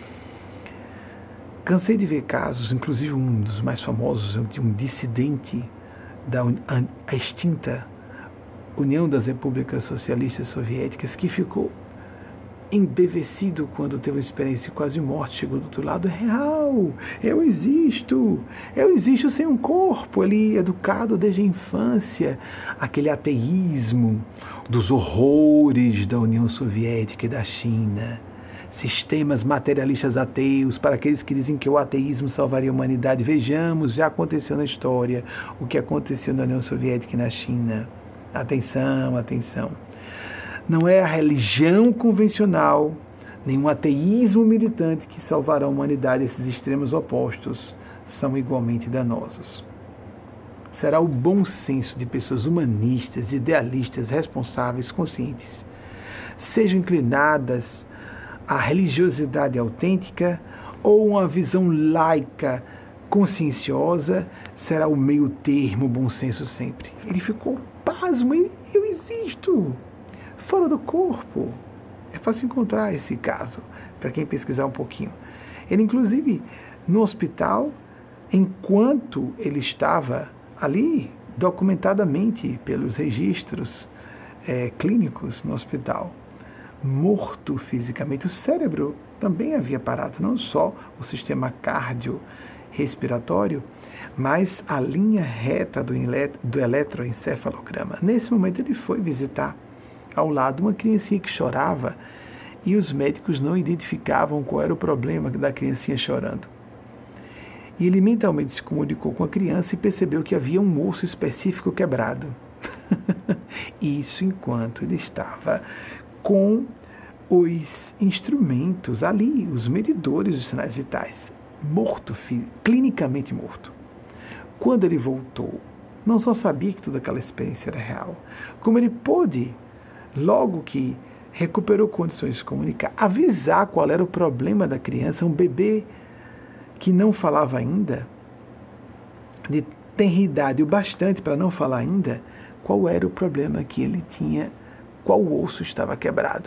Cansei de ver casos, inclusive um dos mais famosos, de um dissidente da extinta União das Repúblicas Socialistas Soviéticas, que ficou embevecido quando teve uma experiência de quase morte, chegou do outro lado. É real, eu existo sem um corpo. Ele educado desde a infância, aquele ateísmo dos horrores da União Soviética e da China, sistemas materialistas ateus, para aqueles que dizem que o ateísmo salvaria a humanidade. Vejamos, já aconteceu na história o que aconteceu na União Soviética e na China. Atenção, atenção. Não é a religião convencional, nem um ateísmo militante que salvará a humanidade. Esses extremos opostos são igualmente danosos. Será o bom senso de pessoas humanistas, idealistas, responsáveis, conscientes, sejam inclinadas à religiosidade autêntica ou uma visão laica, conscienciosa, será o meio termo, bom senso sempre. Ele ficou pasmo, eu existo fora do corpo. É fácil encontrar esse caso para quem pesquisar um pouquinho. Ele, inclusive, no hospital, enquanto ele estava ali, documentadamente pelos registros clínicos no hospital, morto fisicamente, o cérebro também havia parado, não só o sistema cardiorrespiratório, mas a linha reta do eletroencefalograma. Nesse momento ele foi visitar ao lado uma criancinha que chorava e os médicos não identificavam qual era o problema da criancinha chorando. E ele mentalmente se comunicou com a criança e percebeu que havia um osso específico quebrado. Isso enquanto ele estava com os instrumentos ali, os medidores dos sinais vitais, morto, clinicamente morto. Quando ele voltou, não só sabia que toda aquela experiência era real, como ele pôde, logo que recuperou condições de se comunicar, avisar qual era o problema da criança, um bebê que não falava ainda, de tenridade o bastante para não falar ainda, qual era o problema que ele tinha, qual osso estava quebrado.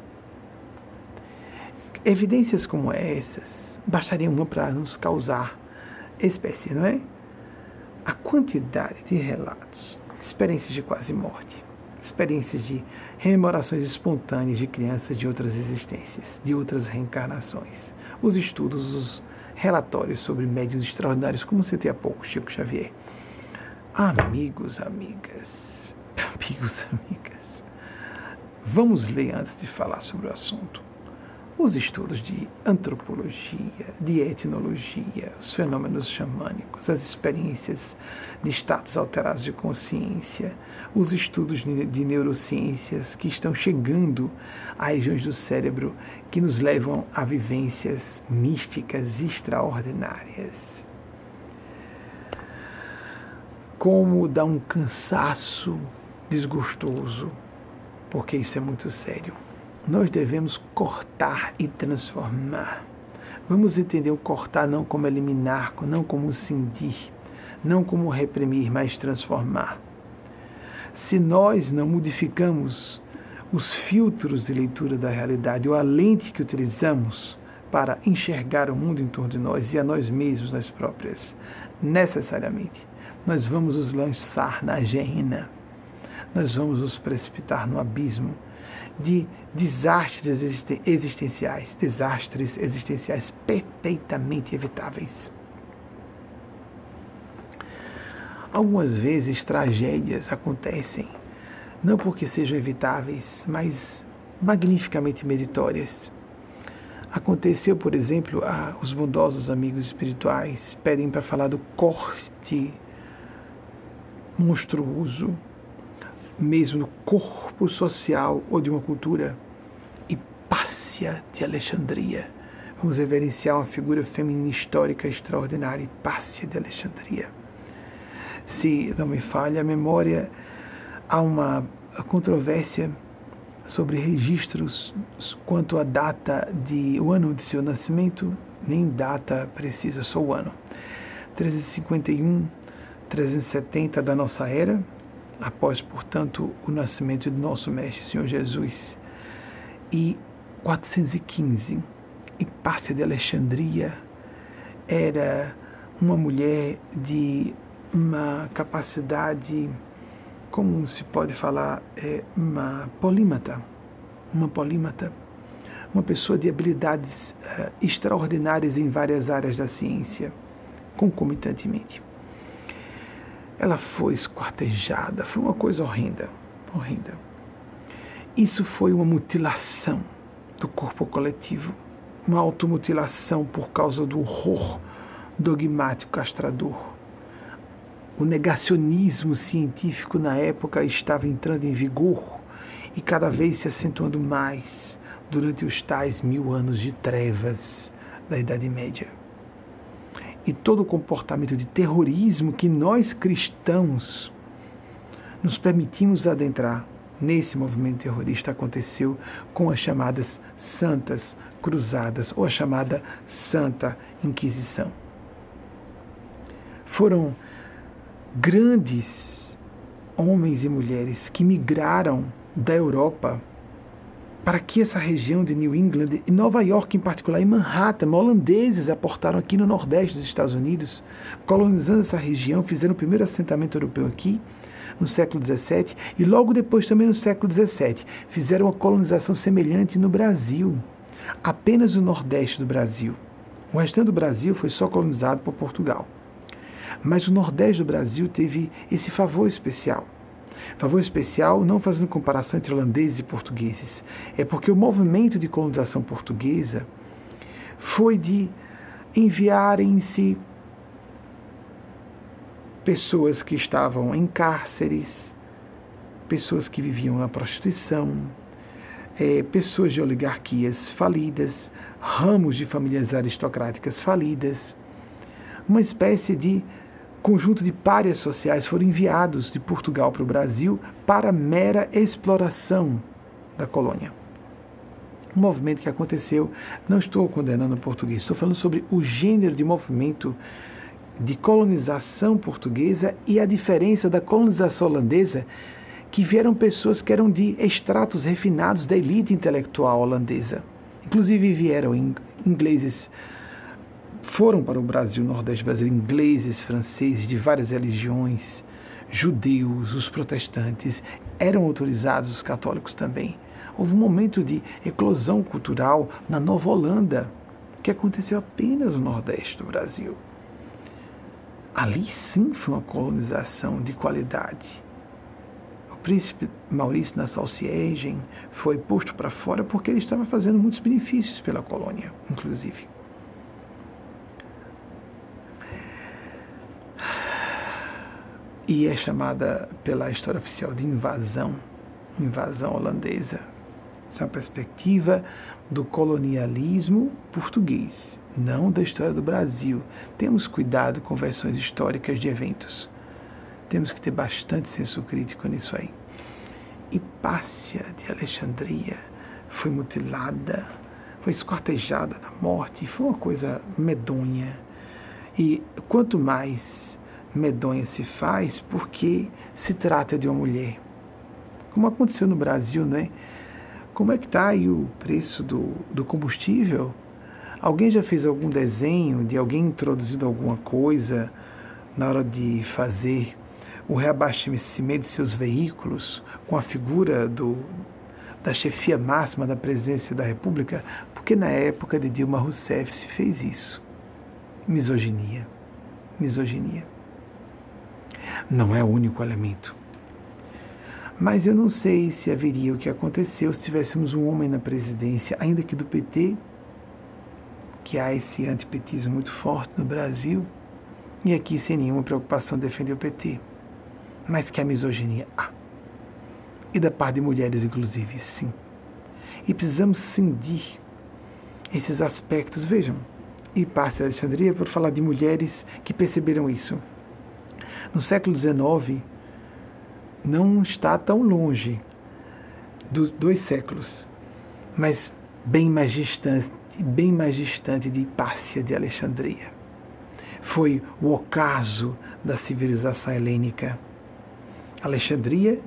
Evidências como essas bastariam uma para nos causar espécie, não é? A quantidade de relatos, experiências de quase morte, experiências de rememorações espontâneas de crianças de outras existências, de outras reencarnações, os estudos, os relatórios sobre médiuns extraordinários, como citei há pouco, Chico Xavier. Amigos, amigas, vamos ler antes de falar sobre o assunto. os estudos de antropologia, de etnologia, os fenômenos xamânicos, as experiências de estados alterados de consciência, os estudos de neurociências que estão chegando a regiões do cérebro que nos levam a vivências místicas extraordinárias. Como dá um cansaço desgostoso, porque isso é muito sério. Nós devemos cortar e transformar. Vamos entender o cortar não como eliminar, não como cindir, não como reprimir, mas transformar. Se nós não modificamos os filtros de leitura da realidade, ou a lente que utilizamos para enxergar o mundo em torno de nós e a nós mesmos, nós próprias, necessariamente, nós vamos nos lançar na gehenna, nós vamos nos precipitar no abismo de desastres existenciais perfeitamente evitáveis. Algumas vezes tragédias acontecem, não porque sejam evitáveis, mas magnificamente meritórias. Aconteceu, por exemplo, os bondosos amigos espirituais pedem para falar do corte monstruoso, mesmo no corpo social ou de uma cultura, Hipácia de Alexandria. Vamos reverenciar uma figura feminina histórica extraordinária, Hipácia de Alexandria. Se não me falha a memória, há uma controvérsia sobre registros quanto à data o ano de seu nascimento, nem data precisa, só o ano. 351, 370 da nossa era, após, portanto, o nascimento de nosso Mestre Senhor Jesus, e 415, Hipácia de Alexandria era uma mulher de uma capacidade, como se pode falar, uma polímata, uma pessoa de habilidades extraordinárias em várias áreas da ciência, concomitantemente. Ela foi esquartejada, foi uma coisa horrenda. Isso foi uma mutilação do corpo coletivo, uma automutilação por causa do horror dogmático castrador. O negacionismo científico na época estava entrando em vigor e cada vez se acentuando mais durante os tais 1000 anos de trevas da Idade Média. E todo o comportamento de terrorismo que nós cristãos nos permitimos adentrar nesse movimento terrorista aconteceu com as chamadas Santas Cruzadas, ou a chamada Santa Inquisição. Foram grandes homens e mulheres que migraram da Europa para que essa região de New England e Nova York em particular, em Manhattan, holandeses aportaram aqui no Nordeste dos Estados Unidos, colonizando essa região, fizeram o primeiro assentamento europeu aqui no século XVII e logo depois também no século XVII fizeram uma colonização semelhante no Brasil, apenas o Nordeste do Brasil. O restante do Brasil foi só colonizado por Portugal. Mas o Nordeste do Brasil teve esse favor especial. Favor especial não fazendo comparação entre holandeses e portugueses. É porque o movimento de colonização portuguesa foi de enviarem-se pessoas que estavam em cárceres, pessoas que viviam na prostituição, pessoas de oligarquias falidas, ramos de famílias aristocráticas falidas, uma espécie de conjunto de párias sociais foram enviados de Portugal para o Brasil para mera exploração da colônia. Um movimento que aconteceu, não estou condenando o português, estou falando sobre o gênero de movimento de colonização portuguesa e a diferença da colonização holandesa, que vieram pessoas que eram de estratos refinados da elite intelectual holandesa. Inclusive vieram ingleses, foram para o Brasil, Nordeste brasileiro, ingleses, franceses, de várias religiões, judeus, os protestantes, eram autorizados os católicos também. Houve um momento de eclosão cultural na Nova Holanda, que aconteceu apenas no Nordeste do Brasil. Ali sim foi uma colonização de qualidade. príncipe Maurício Nassau-Siegen foi posto para fora porque ele estava fazendo muitos benefícios pela colônia, inclusive. E é chamada pela história oficial de invasão holandesa. Essa é uma perspectiva do colonialismo português, não da história do Brasil. Temos cuidado com versões históricas de eventos. Temos que ter bastante senso crítico nisso aí. Hipácia de Alexandria foi mutilada, foi esquartejada na morte, foi uma coisa medonha. E quanto mais medonha se faz, porque se trata de uma mulher. Como aconteceu no Brasil, né? Como é que está aí o preço do combustível? Alguém já fez algum desenho de alguém introduzindo alguma coisa na hora de fazer o reabastecimento de seus veículos com a figura da chefia máxima da presidência da República? Porque na época de Dilma Rousseff se fez isso. Misoginia. Não é o único elemento. Mas eu não sei se haveria o que aconteceu se tivéssemos um homem na presidência, ainda que do PT, que há esse antipetismo muito forte no Brasil, e aqui sem nenhuma preocupação defender o PT, mas que a misoginia há. E da parte de mulheres, inclusive, sim. E precisamos cindir esses aspectos. Vejam, Hipácia de Alexandria, por falar de mulheres que perceberam isso. No século XIX, não está tão longe dos 2 séculos, mas bem mais distante de Hipácia de Alexandria. Foi o ocaso da civilização helênica. Alexandria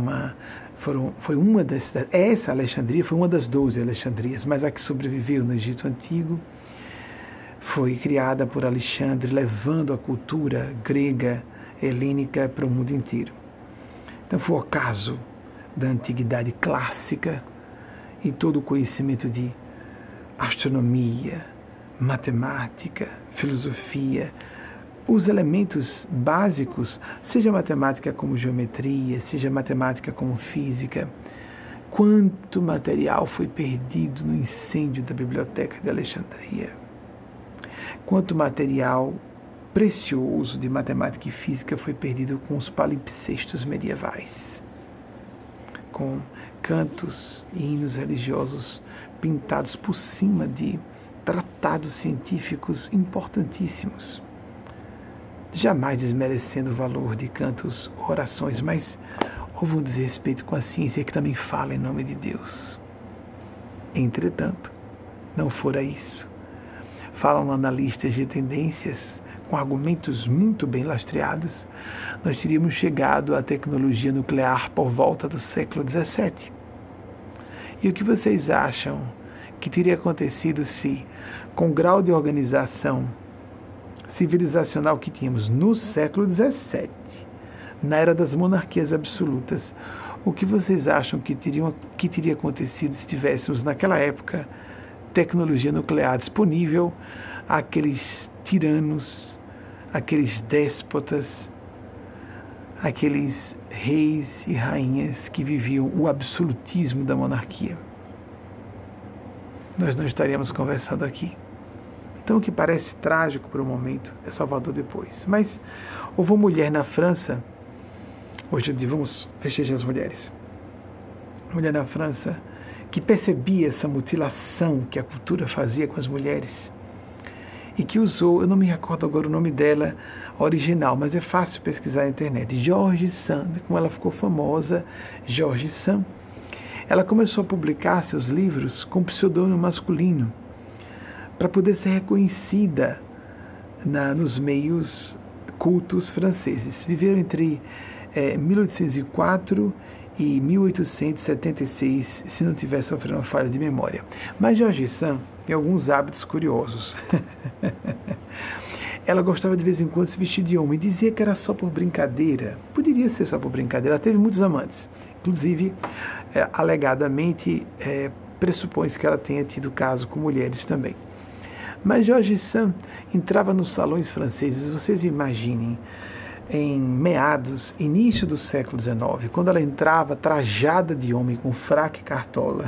essa Alexandria foi uma das 12 Alexandrias, mas a que sobreviveu no Egito Antigo foi criada por Alexandre, levando a cultura grega helênica para o mundo inteiro. Então foi o ocaso da antiguidade clássica e todo o conhecimento de astronomia, matemática, filosofia, os elementos básicos, seja matemática como geometria, seja matemática como física. Quanto material foi perdido no incêndio da Biblioteca de Alexandria? Quanto material precioso de matemática e física foi perdido com os palimpsestos medievais, com cantos e hinos religiosos pintados por cima de tratados científicos importantíssimos, jamais desmerecendo o valor de cantos, orações, mas houve um desrespeito com a ciência que também fala em nome de Deus. Entretanto, não fora isso. Falam analistas de tendências, com argumentos muito bem lastreados, nós teríamos chegado à tecnologia nuclear por volta do século XVII. E o que vocês acham que teria acontecido se, com o grau de organização civilizacional que tínhamos no século XVII, na era das monarquias absolutas, o que vocês acham que teria acontecido se tivéssemos, naquela época, tecnologia nuclear disponível àqueles tiranos, aqueles déspotas, aqueles reis e rainhas que viviam o absolutismo da monarquia? Nós não estaríamos conversando aqui. Então, o que parece trágico por um momento é Salvador depois. Mas houve uma mulher na França, hoje vamos festejar as mulheres, mulher na França que percebia essa mutilação que a cultura fazia com as mulheres e que usou, eu não me recordo agora o nome dela original, mas é fácil pesquisar na internet, George Sand, como ela ficou famosa, George Sand. Ela começou a publicar seus livros com pseudônimo masculino para poder ser reconhecida nos meios cultos franceses. Viveram entre 1804 e 1876, se não tiver sofrendo uma falha de memória. Mas George Sand tem alguns hábitos curiosos. Ela gostava de vez em quando se vestir de homem, dizia que era só por brincadeira. Poderia ser só por brincadeira, ela teve muitos amantes. Inclusive, alegadamente, pressupõe-se que ela tenha tido caso com mulheres também. Mas George Sand entrava nos salões franceses, vocês imaginem, em início do século XIX, quando ela entrava trajada de homem com fraque e cartola,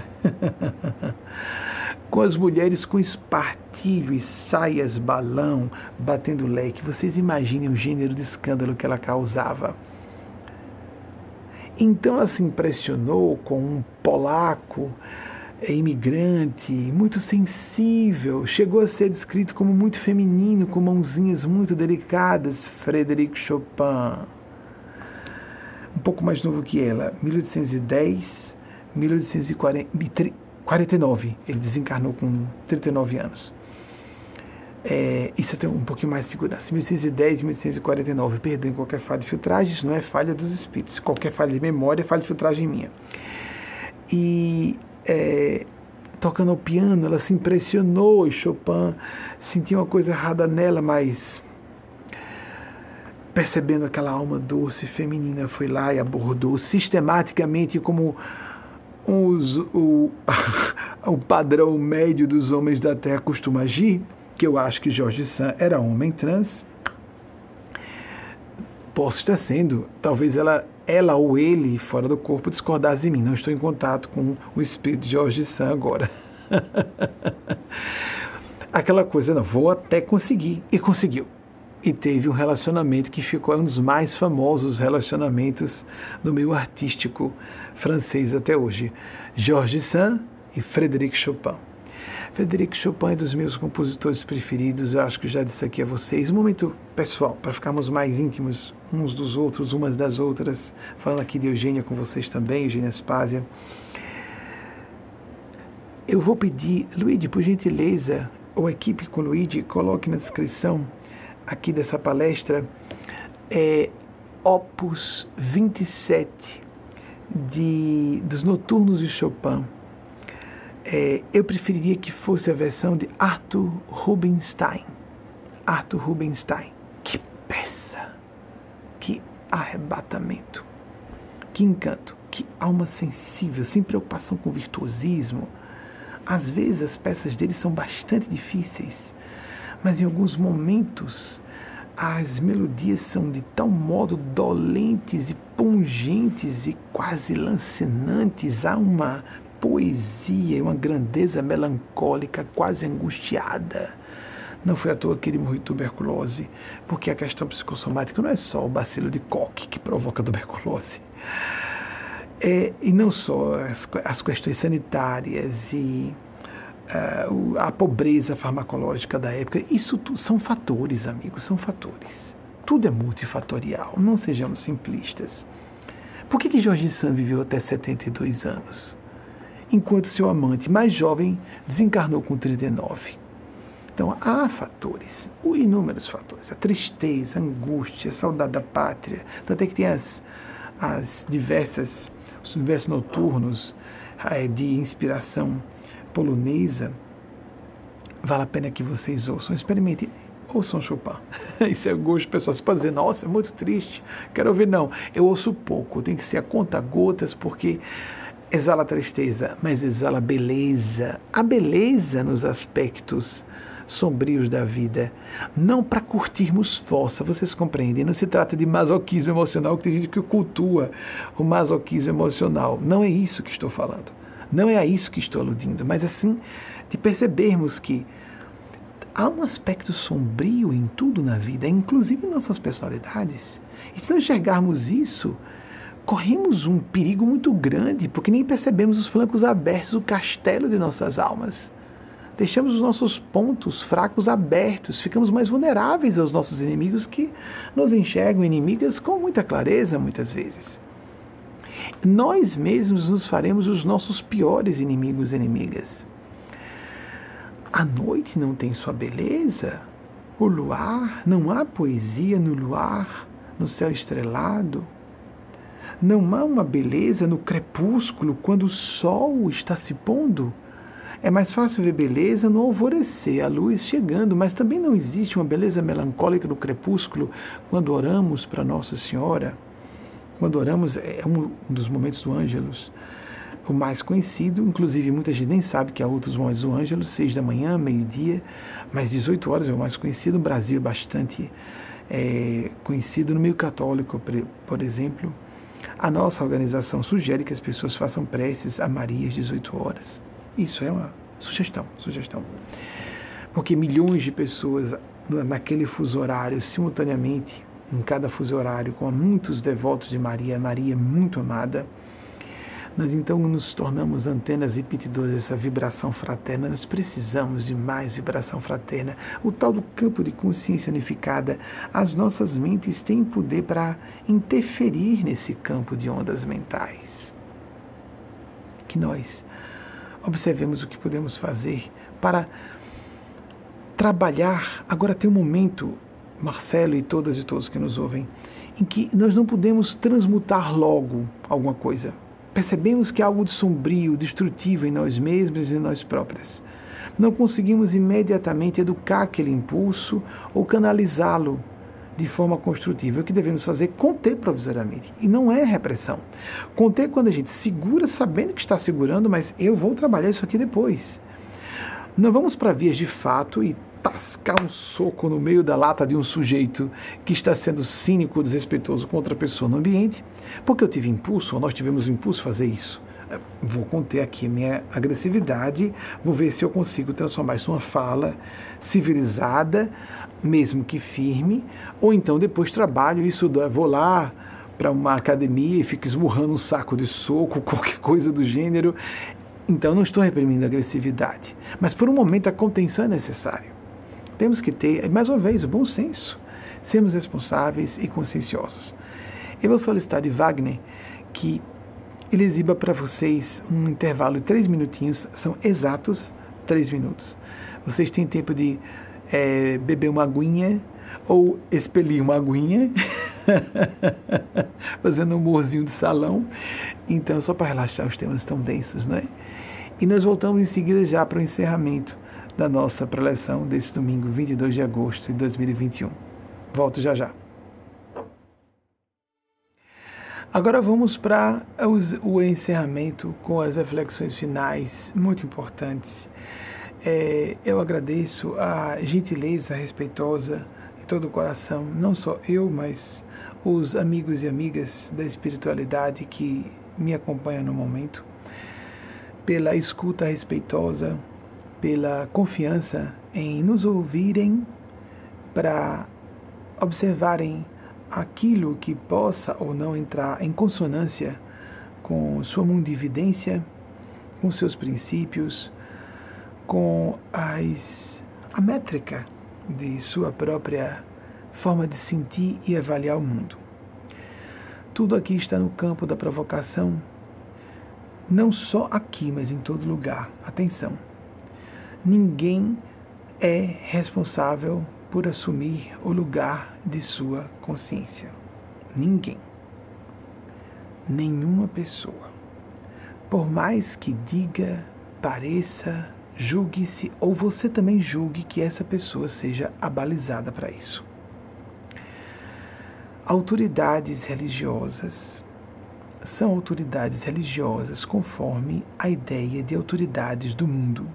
com as mulheres com espartilho e saias balão batendo leque. Vocês imaginem o gênero de escândalo que ela causava. Então ela se impressionou com um polaco imigrante, muito sensível, chegou a ser descrito como muito feminino, com mãozinhas muito delicadas, Frédéric Chopin. Um pouco mais novo que ela, 1810, 1849, ele desencarnou com 39 anos. Isso eu tenho um pouquinho mais de segurança. 1810 e 1849, perdoem qualquer falha de filtragem, isso não é falha dos espíritos. Qualquer falha de memória é falha de filtragem minha. E tocando ao piano, ela se impressionou, e Chopin sentiu uma coisa errada nela, mas percebendo aquela alma doce feminina, foi lá e abordou sistematicamente como o padrão médio dos homens da Terra costuma agir, que eu acho que Jorge Sand era homem trans. Posso estar sendo, talvez ela ou ele, fora do corpo, discordasse de mim. Não estou em contato com o espírito de Jorge Sand agora. Aquela coisa, não, vou até conseguir. E conseguiu. E teve um relacionamento que ficou um dos mais famosos relacionamentos do meio artístico francês até hoje. Jorge Sand e Frédéric Chopin. Frédéric Chopin é dos meus compositores preferidos, eu acho que já disse aqui a vocês. Um momento pessoal, para ficarmos mais íntimos uns dos outros, umas das outras, falando aqui de Eugênia com vocês também, Eugênia Spásia. Eu vou pedir, Luigi, por gentileza, ou a equipe com o Luigi, coloque na descrição aqui dessa palestra, Opus 27 dos Noturnos de Chopin. Eu preferiria que fosse a versão de Arthur Rubinstein. Arthur Rubinstein. Que peça! Que arrebatamento! Que encanto! Que alma sensível, sem preocupação com virtuosismo. Às vezes as peças dele são bastante difíceis, mas em alguns momentos as melodias são de tal modo dolentes e pungentes e quase lancinantes. Há uma poesia e uma grandeza melancólica, quase angustiada. Não foi à toa que ele morreu de tuberculose, porque a questão psicossomática não é só o bacilo de Koch que provoca tuberculose. E não só as questões sanitárias e a pobreza farmacológica da época. Isso são fatores, amigos, são fatores. Tudo é multifatorial, não sejamos simplistas. Por que Jorge Sand viveu até 72 anos? Enquanto seu amante mais jovem desencarnou com 39. Então, há fatores, inúmeros fatores. A tristeza, a angústia, a saudade da pátria. Tanto é que tem os diversos noturnos de inspiração polonesa. Vale a pena que vocês ouçam. Experimentem. Ouçam Chopin. Isso é gosto pessoal. Você pode dizer, nossa, é muito triste. Quero ouvir. Não, eu ouço pouco. Tem que ser a conta-gotas, porque exala a tristeza, mas exala a beleza. A beleza nos aspectos sombrios da vida. Não para curtirmos força, vocês compreendem? Não se trata de masoquismo emocional, que tem gente que cultua o masoquismo emocional. Não é isso que estou falando. Não é a isso que estou aludindo, mas assim, de percebermos que há um aspecto sombrio em tudo na vida, inclusive em nossas personalidades. E se não enxergarmos isso, corremos um perigo muito grande, porque nem percebemos os flancos abertos do castelo de nossas almas. Deixamos os nossos pontos fracos abertos, ficamos mais vulneráveis aos nossos inimigos, que nos enxergam inimigas com muita clareza, muitas vezes. Nós mesmos nos faremos os nossos piores inimigos e inimigas. A noite não tem sua beleza? O luar, não há poesia no luar, no céu estrelado? Não há uma beleza no crepúsculo, quando o sol está se pondo? É mais fácil ver beleza no alvorecer, a luz chegando, mas também não existe uma beleza melancólica no crepúsculo quando oramos para Nossa Senhora. Quando oramos, é um dos momentos do Ângelus, o mais conhecido, inclusive muita gente nem sabe que há outros momentos do Ângelus, 6 da manhã, meio-dia, mas 18 horas é o mais conhecido. No Brasil é bastante conhecido no meio católico, por exemplo. A nossa organização sugere que as pessoas façam preces a Maria às 18 horas. Isso é uma sugestão. Porque milhões de pessoas naquele fuso horário, simultaneamente, em cada fuso horário, com muitos devotos de Maria, Maria muito amada, nós então nos tornamos antenas repetidoras dessa vibração fraterna. Nós precisamos de mais vibração fraterna. O tal do campo de consciência unificada, as nossas mentes têm poder para interferir nesse campo de ondas mentais. Que nós observemos o que podemos fazer para trabalhar. Agora tem um momento, Marcelo e todas e todos que nos ouvem, em que nós não podemos transmutar logo alguma coisa. Percebemos que há algo de sombrio, destrutivo em nós mesmos e em nós próprias. Não conseguimos imediatamente educar aquele impulso ou canalizá-lo de forma construtiva. O que devemos fazer? Conter provisoriamente. E não é repressão. Conter quando a gente segura, sabendo que está segurando, mas eu vou trabalhar isso aqui depois. Não vamos para vias de fato e tascar um soco no meio da lata de um sujeito que está sendo cínico, desrespeitoso com outra pessoa no ambiente, porque eu tive impulso, ou nós tivemos impulso fazer isso. Vou conter aqui a minha agressividade, vou ver se eu consigo transformar isso numa fala civilizada, mesmo que firme, ou então depois trabalho isso, vou lá para uma academia e fico esmurrando um saco de soco, qualquer coisa do gênero. Então não estou reprimindo a agressividade, mas por um momento a contenção é necessária. Temos que ter, mais uma vez, o bom senso, sermos responsáveis e conscienciosos. Eu vou solicitar de Wagner que ele exiba para vocês um intervalo de 3 minutinhos, são exatos 3 minutos. Vocês têm tempo de beber uma aguinha ou expelir uma aguinha, fazendo um humorzinho de salão. Então, só para relaxar, os temas tão densos, não é? E nós voltamos em seguida já para o encerramento da nossa preleção desse domingo, 22 de agosto de 2021. Volto já já. Agora vamos para o encerramento com as reflexões finais, muito importantes. Eu agradeço a gentileza respeitosa de todo o coração, não só eu, mas os amigos e amigas da espiritualidade que me acompanham no momento, pela escuta respeitosa, pela confiança em nos ouvirem para observarem aquilo que possa ou não entrar em consonância com sua mundividência, com seus princípios, com a métrica de sua própria forma de sentir e avaliar o mundo. Tudo aqui está no campo da provocação, não só aqui, mas em todo lugar. Atenção! Ninguém é responsável por assumir o lugar de sua consciência. Ninguém. Nenhuma pessoa. Por mais que diga, pareça, julgue-se, ou você também julgue que essa pessoa seja abalizada para isso. Autoridades religiosas são autoridades religiosas conforme a ideia de autoridades do mundo.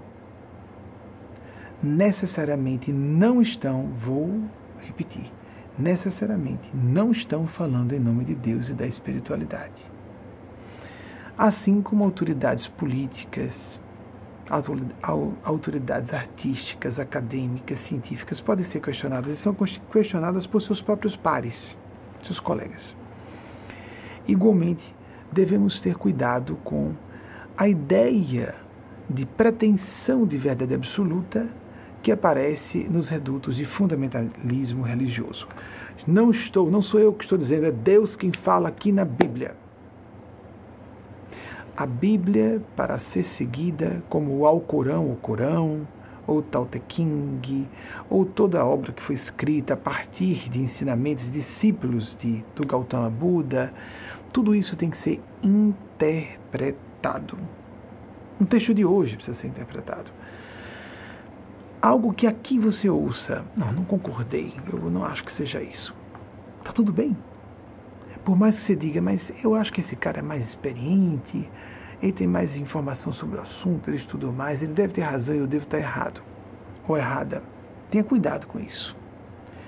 Necessariamente não estão, vou repetir, necessariamente não estão falando em nome de Deus e da espiritualidade. Assim como autoridades políticas, autoridades artísticas, acadêmicas, científicas podem ser questionadas e são questionadas por seus próprios pares, seus colegas. Igualmente, devemos ter cuidado com a ideia de pretensão de verdade absoluta que aparece nos redutos de fundamentalismo religioso. Não sou eu que estou dizendo, é Deus quem fala aqui na Bíblia. A Bíblia, para ser seguida como o Alcorão, ou o Tao Te Ching, ou toda a obra que foi escrita a partir de ensinamentos de discípulos do Gautama Buda, tudo isso tem que ser interpretado. Um texto de hoje precisa ser interpretado. Algo que aqui você ouça, não concordei, eu não acho que seja isso. Tá tudo bem. Por mais que você diga, mas eu acho que esse cara é mais experiente, ele tem mais informação sobre o assunto, ele estudou mais, ele deve ter razão e eu devo estar errado ou errada. Tenha cuidado com isso.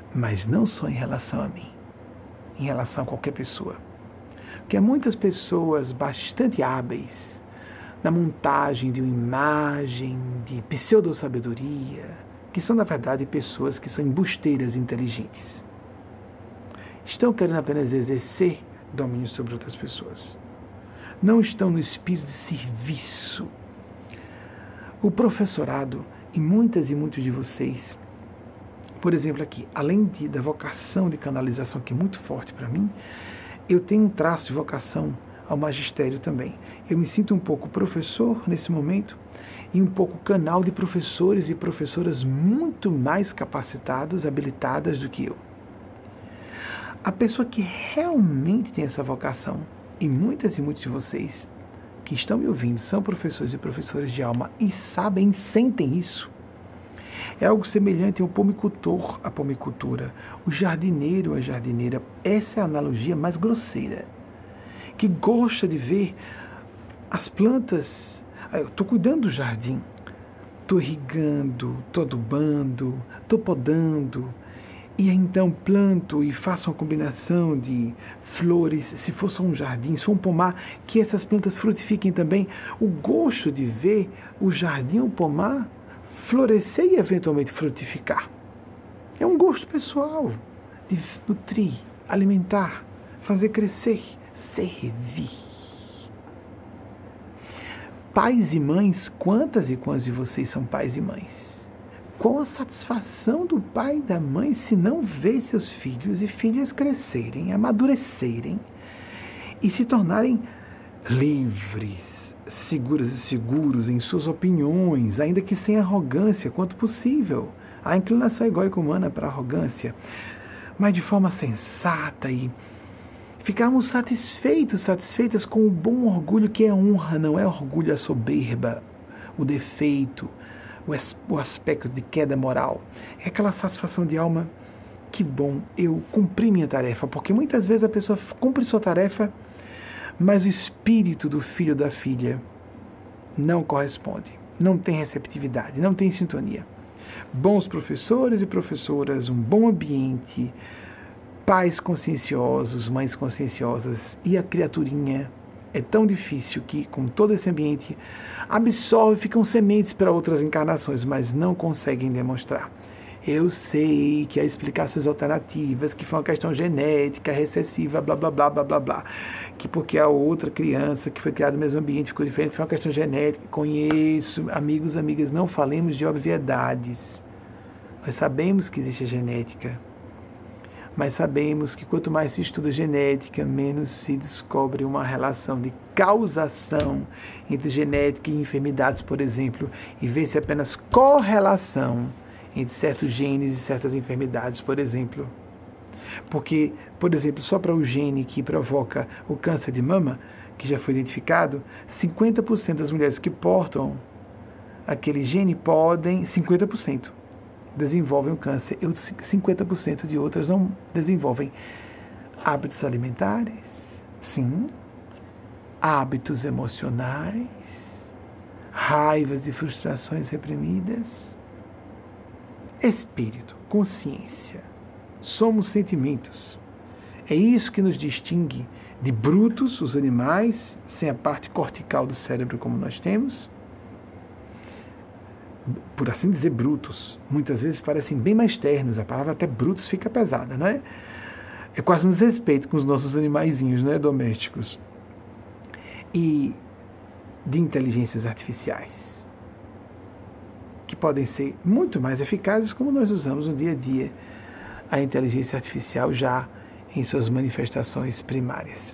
mas não só em relação a mim, em relação a qualquer pessoa. Porque há muitas pessoas bastante hábeis na montagem de uma imagem de pseudo-sabedoria, que são, na verdade, pessoas que são embusteiras inteligentes. Estão querendo apenas exercer domínio sobre outras pessoas. Não estão no espírito de serviço. O professorado, e muitos de vocês, por exemplo aqui, além da vocação de canalização, que é muito forte para mim, eu tenho um traço de vocação ao magistério também. Eu me sinto um pouco professor nesse momento e um pouco canal de professores e professoras muito mais capacitados, habilitadas do que eu. A pessoa que realmente tem essa vocação, e muitos de vocês que estão me ouvindo são professores e professoras de alma e sabem, sentem isso. É algo semelhante ao pomicultor, a pomicultura, o jardineiro, a jardineira. Essa é a analogia mais grosseira, que gosta de ver as plantas. Eu estou cuidando do jardim, estou irrigando, estou adubando, estou podando, e aí então planto e faço uma combinação de flores, se for só um jardim, se for um pomar, que essas plantas frutifiquem também. O gosto de ver o jardim, o pomar, florescer e eventualmente frutificar. É um gosto pessoal de nutrir, alimentar, fazer crescer, servir. Pais e mães, quantas e quantos de vocês são pais e mães? Qual a satisfação do pai e da mãe se não ver seus filhos e filhas crescerem, amadurecerem e se tornarem livres, seguras e seguros em suas opiniões, ainda que sem arrogância, quanto possível. A inclinação egóica humana para a arrogância, mas de forma sensata, e ficarmos satisfeitas com o bom orgulho que é honra, não é orgulho a soberba, o defeito, o aspecto de queda moral. É aquela satisfação de alma, que bom, eu cumpri minha tarefa, porque muitas vezes a pessoa cumpre sua tarefa, mas o espírito do filho ou da filha não corresponde, não tem receptividade, não tem sintonia. Bons professores e professoras, um bom ambiente, pais conscienciosos, mães conscienciosas, e a criaturinha é tão difícil que, com todo esse ambiente, absorve, ficam sementes para outras encarnações, mas não conseguem demonstrar. Eu sei que há explicações alternativas, que foi uma questão genética, recessiva, blá, blá, blá, blá, blá, blá. Que porque a outra criança que foi criada no mesmo ambiente ficou diferente, foi uma questão genética. Conheço, amigos, amigas, não falemos de obviedades. Nós sabemos que existe a genética, mas sabemos que quanto mais se estuda genética, menos se descobre uma relação de causação entre genética e enfermidades, por exemplo, e vê-se apenas correlação entre certos genes e certas enfermidades, por exemplo. Porque, por exemplo, só para o gene que provoca o câncer de mama, que já foi identificado, 50% das mulheres que portam aquele gene podem, 50%, desenvolvem o câncer, e 50% de outras não desenvolvem. Hábitos alimentares, sim. Hábitos emocionais, raivas e frustrações reprimidas. Espírito, consciência. Somos sentimentos. É isso que nos distingue de brutos, os animais, sem a parte cortical do cérebro como nós temos. Por assim dizer, brutos, muitas vezes parecem bem mais ternos, a palavra até brutos fica pesada, não é? É quase um desrespeito com os nossos animaizinhos, não é, domésticos. E de inteligências artificiais, que podem ser muito mais eficazes, como nós usamos no dia a dia a inteligência artificial já em suas manifestações primárias.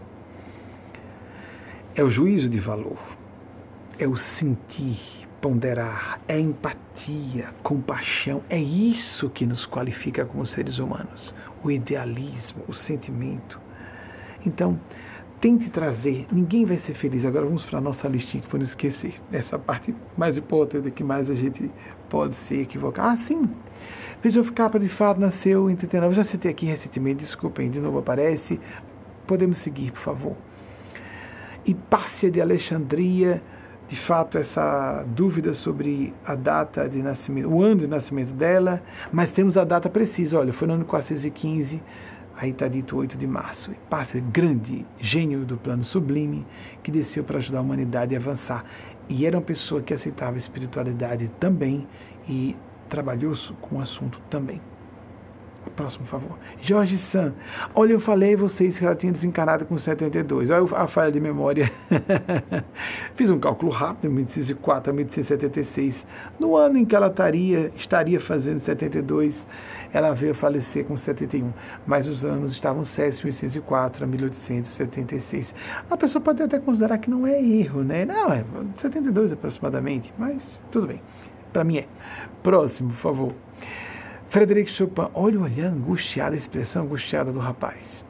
É o juízo de valor, é o sentir, ponderar, é empatia, compaixão, é isso que nos qualifica como seres humanos, o idealismo, o sentimento. Então, tente trazer, ninguém vai ser feliz. Agora vamos para a nossa listinha, para não esquecer, essa parte mais importante que mais a gente pode se equivocar. Ah, sim, Friedrich Capra de fato nasceu em 39, eu já citei aqui recentemente, desculpem, de novo aparece, podemos seguir, por favor. Hipácia de Alexandria, de fato, essa dúvida sobre a data de nascimento, o ano de nascimento dela, mas temos a data precisa. Olha, foi no ano 415, aí está dito 8 de março. Passa grande gênio do plano sublime que desceu para ajudar a humanidade a avançar. E era uma pessoa que aceitava a espiritualidade também e trabalhou com o assunto também. Próximo, por favor. Jorge San. Olha, eu falei a vocês que ela tinha desencarnado com 72. Olha a falha de memória. Fiz um cálculo rápido, 1804 a 1876. No ano em que ela estaria fazendo 72, ela veio a falecer com 71. Mas os anos estavam certos, 1804 a 1876. A pessoa pode até considerar que não é erro, né? Não, é 72 aproximadamente. Mas tudo bem. Para mim é. Próximo, por favor. Frederic Chopin, olha a angustiada, a expressão angustiada do rapaz.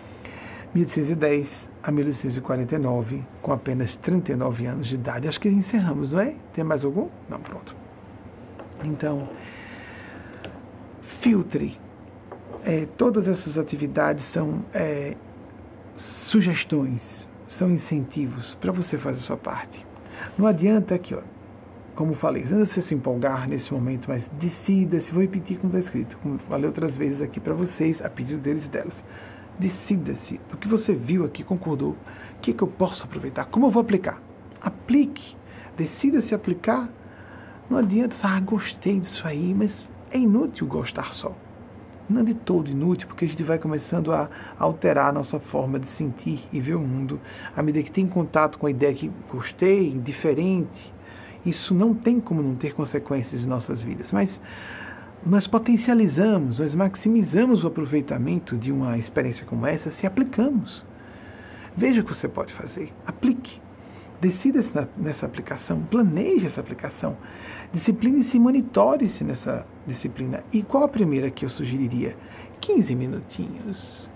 1810 a 1849, com apenas 39 anos de idade. Acho que encerramos, não é? Tem mais algum? Não, pronto. Então, filtre. Todas essas atividades são sugestões, são incentivos para você fazer a sua parte. Não adianta aqui, ó. Como falei, antes de você se empolgar nesse momento, mas decida-se, vou repetir como está escrito, como falei outras vezes aqui para vocês, a pedido deles e delas. Decida-se, do que você viu aqui, concordou, o que eu posso aproveitar, como eu vou aplicar. Aplique, decida-se aplicar. Não adianta, gostei disso aí, mas é inútil gostar só. Não é de todo inútil, porque a gente vai começando a alterar a nossa forma de sentir e ver o mundo, à medida que tem contato com a ideia que gostei, diferente. Isso não tem como não ter consequências em nossas vidas, mas nós potencializamos, nós maximizamos o aproveitamento de uma experiência como essa se aplicamos. Veja o que você pode fazer, aplique, decida-se nessa aplicação, planeje essa aplicação, discipline-se e monitore-se nessa disciplina. E qual a primeira que eu sugeriria? 15 minutinhos.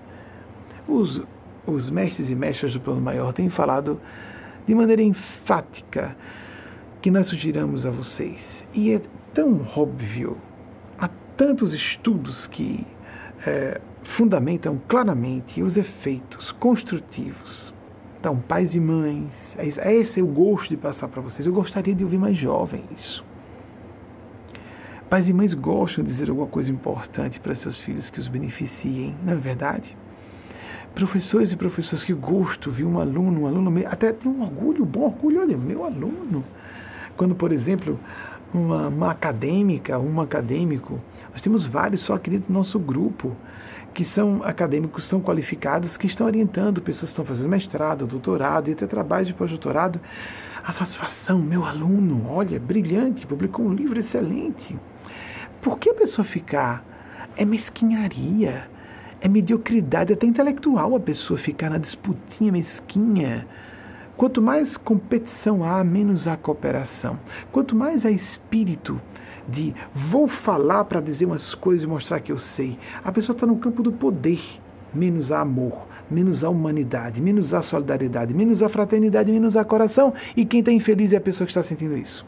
Os mestres e mestras do plano maior têm falado de maneira enfática que nós sugerimos a vocês. E é tão óbvio, há tantos estudos que fundamentam claramente os efeitos construtivos. Então, pais e mães, esse é o gosto de passar para vocês. Eu gostaria de ouvir mais jovens isso. Pais e mães gostam de dizer alguma coisa importante para seus filhos que os beneficiem, não é verdade? Professores e professoras que gostam, viu um aluno até tem um orgulho, bom orgulho, olha, meu aluno. Quando, por exemplo, uma acadêmica, um acadêmico, nós temos vários só aqui dentro do nosso grupo, que são acadêmicos, são qualificados, que estão orientando pessoas que estão fazendo mestrado, doutorado e até trabalho de pós-doutorado. A satisfação, meu aluno, olha, brilhante, publicou um livro excelente. Por que a pessoa ficar? É mesquinharia, é mediocridade, até intelectual a pessoa ficar na disputinha mesquinha. Quanto mais competição há, menos há cooperação. Quanto mais há espírito de vou falar para dizer umas coisas e mostrar que eu sei, a pessoa está no campo do poder, menos há amor, menos há humanidade, menos há solidariedade, menos há fraternidade, menos há coração. E quem está infeliz é a pessoa que está sentindo isso.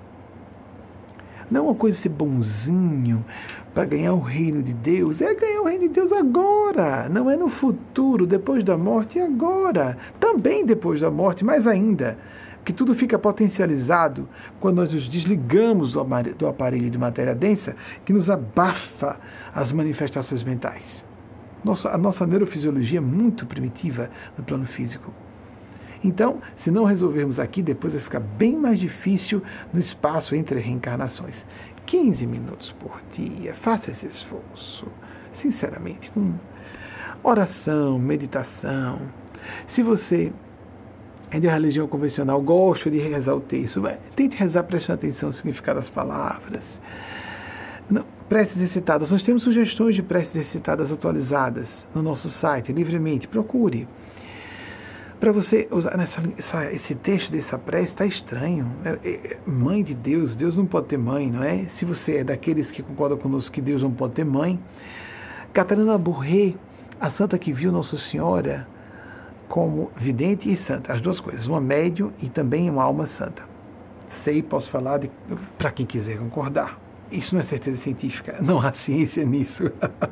Não é uma coisa ser bonzinho para ganhar o reino de Deus, é ganhar o reino de Deus agora, não é no futuro, depois da morte, é agora, também depois da morte, mais ainda, que tudo fica potencializado quando nós nos desligamos do aparelho de matéria densa que nos abafa as manifestações mentais. A nossa neurofisiologia é muito primitiva no plano físico. Então, se não resolvermos aqui, depois vai ficar bem mais difícil no espaço entre reencarnações. 15 minutos por dia, faça esse esforço, sinceramente, com oração, meditação. Se você é de religião convencional, gosta de rezar o texto, tente rezar prestando atenção no significado das palavras. Não, preces recitadas, nós temos sugestões de preces recitadas atualizadas no nosso site, livremente, procure. Para você usar esse texto dessa prece, está estranho. Mãe de Deus, Deus não pode ter mãe, não é? Se você é daqueles que concordam conosco que Deus não pode ter mãe, Catarina Bourret, a santa que viu Nossa Senhora como vidente e santa, as duas coisas, uma médium e também uma alma santa. Posso falar para quem quiser concordar. Isso não é certeza científica, não há ciência nisso.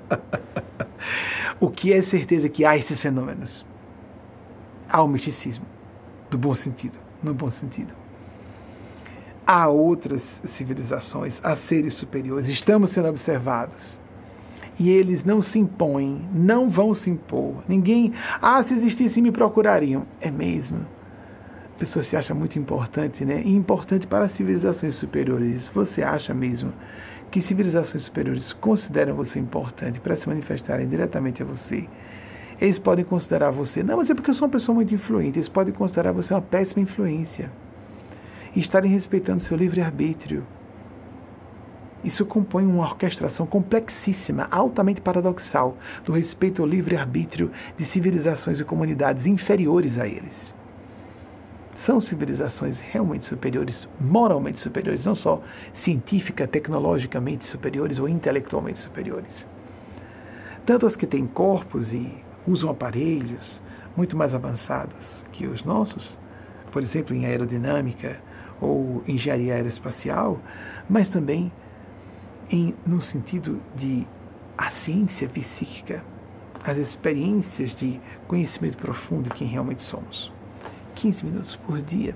O que é certeza é que há esses fenômenos. Há o misticismo, do bom sentido, no bom sentido. Há outras civilizações, há seres superiores, estamos sendo observados. E eles não se impõem, não vão se impor. Ninguém, se existissem me procurariam. É mesmo. A pessoa se acha muito importante, né? E importante para as civilizações superiores. Você acha mesmo que civilizações superiores consideram você importante para se manifestarem diretamente a você? Eles podem considerar você, não, mas é porque eu sou uma pessoa muito influente, eles podem considerar você uma péssima influência. E estarem respeitando seu livre-arbítrio. Isso compõe uma orquestração complexíssima, altamente paradoxal, do respeito ao livre-arbítrio de civilizações e comunidades inferiores a eles. São civilizações realmente superiores, moralmente superiores, não só científica, tecnologicamente superiores ou intelectualmente superiores. Tanto as que têm corpos e usam aparelhos muito mais avançados que os nossos, por exemplo, em aerodinâmica ou engenharia aeroespacial, mas também no sentido de a ciência psíquica, as experiências de conhecimento profundo de quem realmente somos. 15 minutos por dia.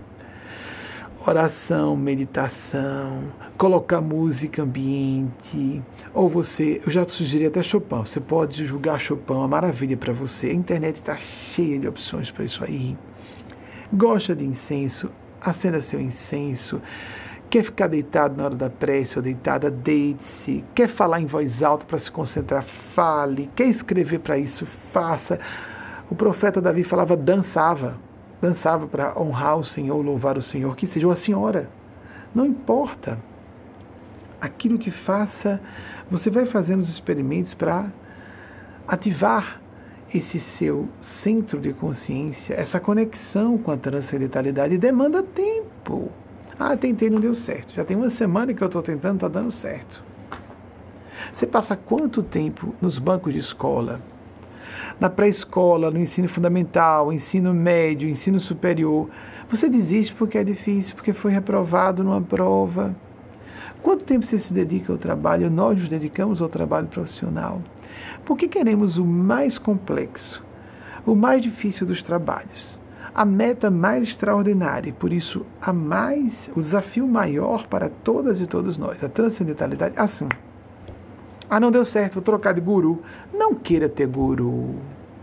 Oração, meditação, colocar música ambiente, ou eu já sugeri até Chopin, você pode julgar Chopin, uma maravilha para você, a internet está cheia de opções para isso aí. Gosta de incenso, acenda seu incenso. Quer ficar deitado na hora da prece ou deitada, deite-se. Quer falar em voz alta para se concentrar, fale. Quer escrever para isso, faça. O profeta Davi falava, dançava para honrar o Senhor, louvar o Senhor, que seja, ou a senhora. Não importa. Aquilo que faça, você vai fazendo os experimentos para ativar esse seu centro de consciência, essa conexão com a transcendentalidade, demanda tempo. Tentei, não deu certo. Já tem uma semana que eu estou tentando, está dando certo. Você passa quanto tempo nos bancos de escola? Na pré-escola, no ensino fundamental, ensino médio, ensino superior. Você desiste porque é difícil, porque foi reprovado numa prova. Quanto tempo você se dedica ao trabalho? Nós nos dedicamos ao trabalho profissional. Por que queremos o mais complexo, o mais difícil dos trabalhos? A meta mais extraordinária, e por isso o desafio maior para todas e todos nós, a transcendentalidade, assim. Não deu certo, vou trocar de guru. Não queira ter guru.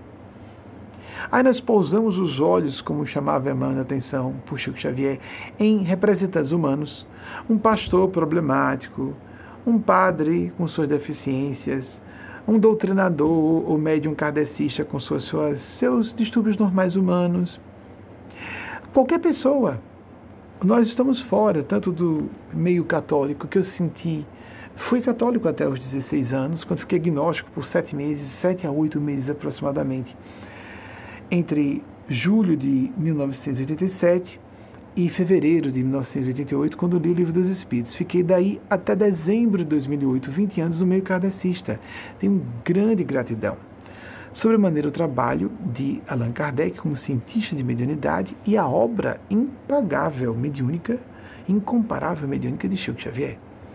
Aí nós pousamos os olhos, como chamava Emmanuel a atenção por Chico Xavier, em representantes humanos, um pastor problemático, um padre com suas deficiências, um doutrinador ou médium kardecista com seus distúrbios normais humanos. Qualquer pessoa. Nós estamos fora, tanto do meio católico, que eu senti. Fui católico até os 16 anos, quando fiquei agnóstico por 7 a 8 meses aproximadamente. Entre julho de 1987 e fevereiro de 1988, quando li o Livro dos Espíritos. Fiquei daí até dezembro de 2008, 20 anos no meio kardecista. Tenho grande gratidão. Sobremaneira o trabalho de Allan Kardec como cientista de mediunidade e a obra impagável mediúnica, incomparável mediúnica de Chico Xavier.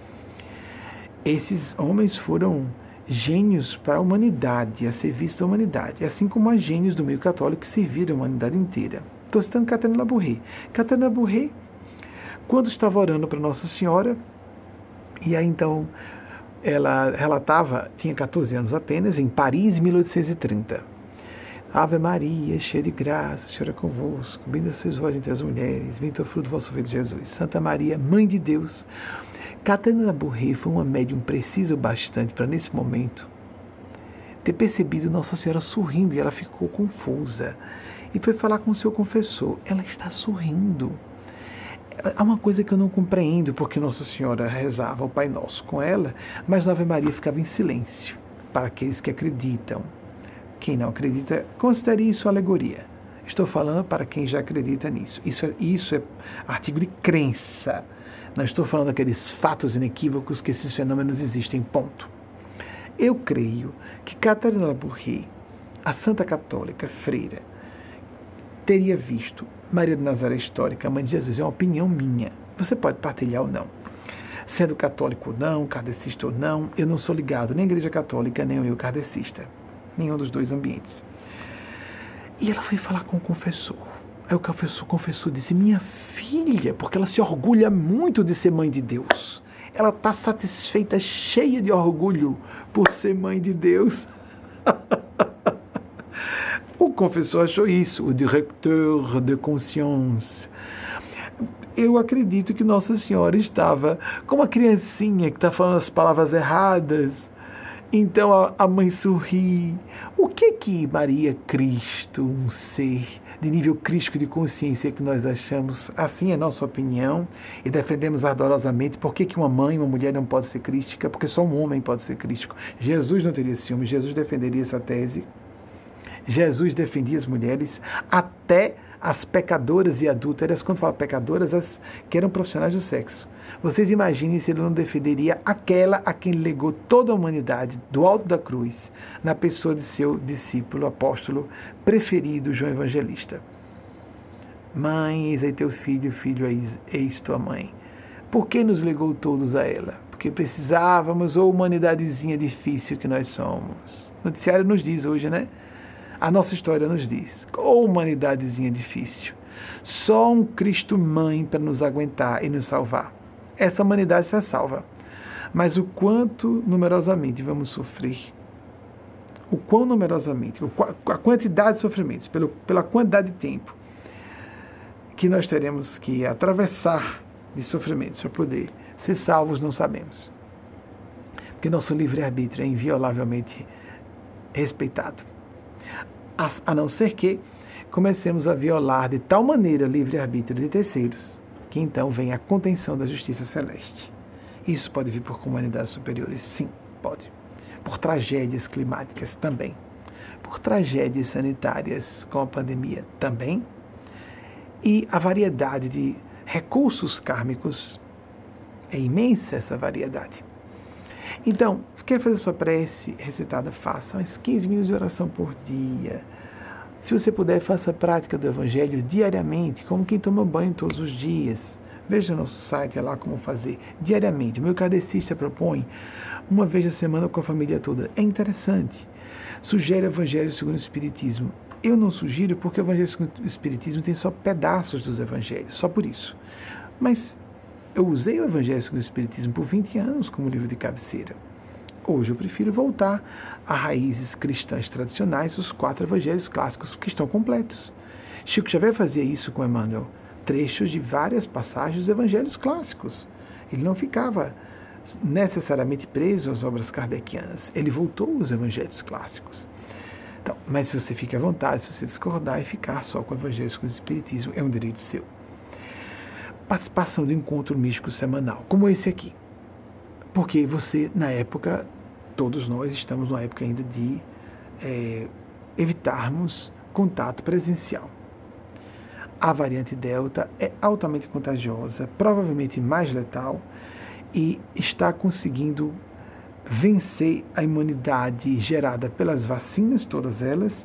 Esses homens foram gênios para a humanidade, a serviço da humanidade, assim como há gênios do meio católico que serviram a humanidade inteira. Estou citando Catherine Labouré. Catherine Labouré, quando estava orando para Nossa Senhora, e aí então ela relatava, tinha 14 anos apenas, em Paris, 1830. Ave Maria, cheia de graça, o Senhor é convosco, bendita sois vós entre as mulheres, bendito é o fruto do vosso filho Jesus. Santa Maria, Mãe de Deus. Catherine Labouré foi uma médium precisa o bastante para, nesse momento, ter percebido Nossa Senhora sorrindo, e ela ficou confusa. E foi falar com o seu confessor. Ela está sorrindo. Há uma coisa que eu não compreendo, porque Nossa Senhora rezava o Pai Nosso com ela, mas a Ave Maria ficava em silêncio, para aqueles que acreditam. Quem não acredita, considere isso alegoria. Estou falando para quem já acredita nisso. Isso é artigo de crença. Não estou falando daqueles fatos inequívocos que esses fenômenos existem, ponto. Eu creio que Catherine Labouré, a santa católica freira, teria visto Maria de Nazaré histórica, a mãe de Jesus. É uma opinião minha. Você pode partilhar ou não. Sendo católico ou não, kardecista ou não, eu não sou ligado nem à igreja católica, nem ao meio kardecista. Nenhum dos dois ambientes. E ela foi falar com o confessor. Aí o professor confessor disse: minha filha, porque ela se orgulha muito de ser mãe de Deus. Ela está satisfeita, cheia de orgulho por ser mãe de Deus. O confessor achou isso, o diretor de consciência. Eu acredito que Nossa Senhora estava como uma criancinha que está falando as palavras erradas. Então a mãe sorri. O que Maria Cristo, um ser de nível crístico de consciência que nós achamos, assim é nossa opinião, e defendemos ardorosamente, por que uma mãe, uma mulher não pode ser crística? Porque só um homem pode ser crístico. Jesus não teria ciúme, Jesus defenderia essa tese. Jesus defendia as mulheres, até as pecadoras e adúlteras. Quando fala pecadoras, as que eram profissionais do sexo. Vocês imaginem se ele não defenderia aquela a quem legou toda a humanidade, do alto da cruz, na pessoa de seu discípulo, apóstolo preferido, João Evangelista. Mãe, eis aí teu filho, filho, eis tua mãe. Por que nos legou todos a ela? Porque precisávamos, ou humanidadezinha difícil que nós somos. O noticiário nos diz hoje, né? A nossa história nos diz, ou humanidadezinha difícil. Só um Cristo mãe para nos aguentar e nos salvar. Essa humanidade se salva. Mas o quanto numerosamente vamos sofrer, o quão numerosamente, a quantidade de sofrimentos, pela quantidade de tempo que nós teremos que atravessar de sofrimentos para poder ser salvos, não sabemos. Porque nosso livre-arbítrio é inviolavelmente respeitado. A não ser que comecemos a violar de tal maneira o livre-arbítrio de terceiros, que então vem a contenção da justiça celeste. Isso pode vir por comunidades superiores? Sim, pode. Por tragédias climáticas? Também. Por tragédias sanitárias com a pandemia? Também. E a variedade de recursos kármicos é imensa, essa variedade. Então, quer fazer sua prece recitada? Faça uns 15 minutos de oração por dia. Se você puder, faça a prática do Evangelho diariamente, como quem toma banho todos os dias. Veja no nosso site, é lá como fazer diariamente. O meu kardecista propõe uma vez na semana com a família toda. É interessante. Sugere o Evangelho segundo o Espiritismo. Eu não sugiro porque o Evangelho segundo o Espiritismo tem só pedaços dos Evangelhos, só por isso. Mas eu usei o Evangelho segundo o Espiritismo por 20 anos como livro de cabeceira. Hoje eu prefiro voltar a raízes cristãs tradicionais, os 4 evangelhos clássicos que estão completos. Chico Xavier fazia isso com Emmanuel, trechos de várias passagens dos evangelhos clássicos. Ele não ficava necessariamente preso às obras kardecianas, ele voltou aos evangelhos clássicos. Então, mas se você fica à vontade, se você discordar e ficar só com o evangelho com o espiritismo, é um direito seu. Participação do encontro místico semanal, como esse aqui. Porque você, na época, todos nós estamos numa época ainda de evitarmos contato presencial. A variante Delta é altamente contagiosa, provavelmente mais letal, e está conseguindo vencer a imunidade gerada pelas vacinas, todas elas,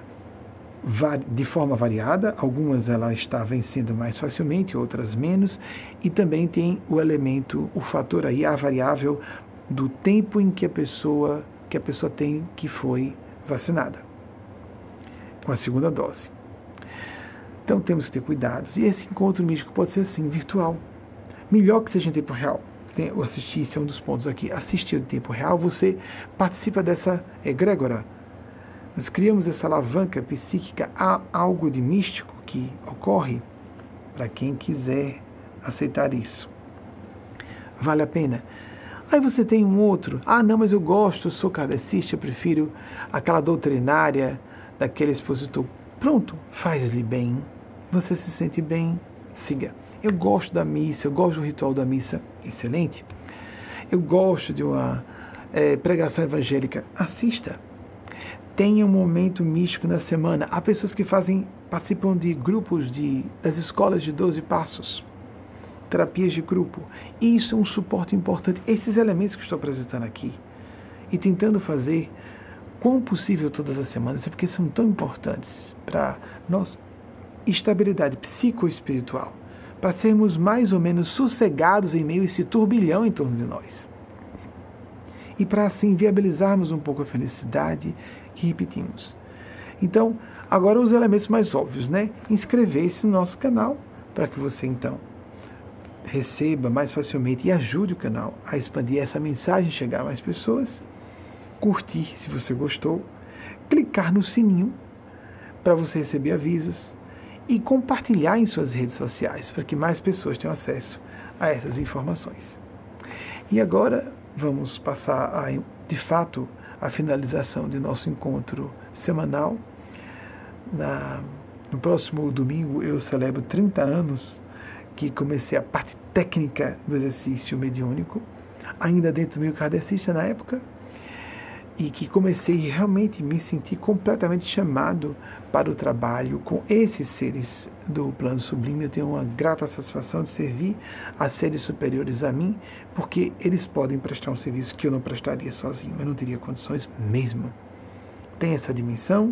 de forma variada. Algumas ela está vencendo mais facilmente, outras menos, e também tem o elemento, o fator aí, a variável do tempo em que a pessoa tem que foi vacinada com a segunda dose. Então temos que ter cuidados, e esse encontro místico pode ser assim, virtual, melhor que seja em tempo real. Eu assisti, esse é um dos pontos aqui, assistir em tempo real, você participa dessa egrégora. Nós criamos essa alavanca psíquica, há algo de místico que ocorre para quem quiser aceitar isso. Vale a pena. Aí você tem um outro, não, mas eu gosto, eu sou kardecista, eu prefiro aquela doutrinária daquele expositor. Pronto, faz-lhe bem, você se sente bem, siga. Eu gosto da missa, eu gosto do ritual da missa, excelente. Eu gosto de uma pregação evangélica, assista. Tenha um momento místico na semana. Há pessoas que participam de grupos das escolas de 12 passos, terapias de grupo. Isso é um suporte importante. Esses elementos que estou apresentando aqui e tentando fazer quão possível todas as semanas, é porque são tão importantes para nossa estabilidade psicoespiritual, para sermos mais ou menos sossegados em meio a esse turbilhão em torno de nós. E para assim viabilizarmos um pouco a felicidade que repetimos. Então, agora os elementos mais óbvios, né? Inscrever-se no nosso canal, para que você, então, receba mais facilmente e ajude o canal a expandir essa mensagem, chegar a mais pessoas. Curtir, se você gostou. Clicar no sininho, para você receber avisos. E compartilhar em suas redes sociais, para que mais pessoas tenham acesso a essas informações. E agora, vamos passar, de fato, a finalização de nosso encontro semanal. No próximo domingo eu celebro 30 anos que comecei a parte técnica do exercício mediúnico, ainda dentro do meio kardecista na época, e que comecei realmente a me sentir completamente chamado para o trabalho com esses seres do plano sublime. Eu tenho uma grata satisfação de servir a seres superiores a mim, porque eles podem prestar um serviço que eu não prestaria sozinho, eu não teria condições mesmo. Tem essa dimensão,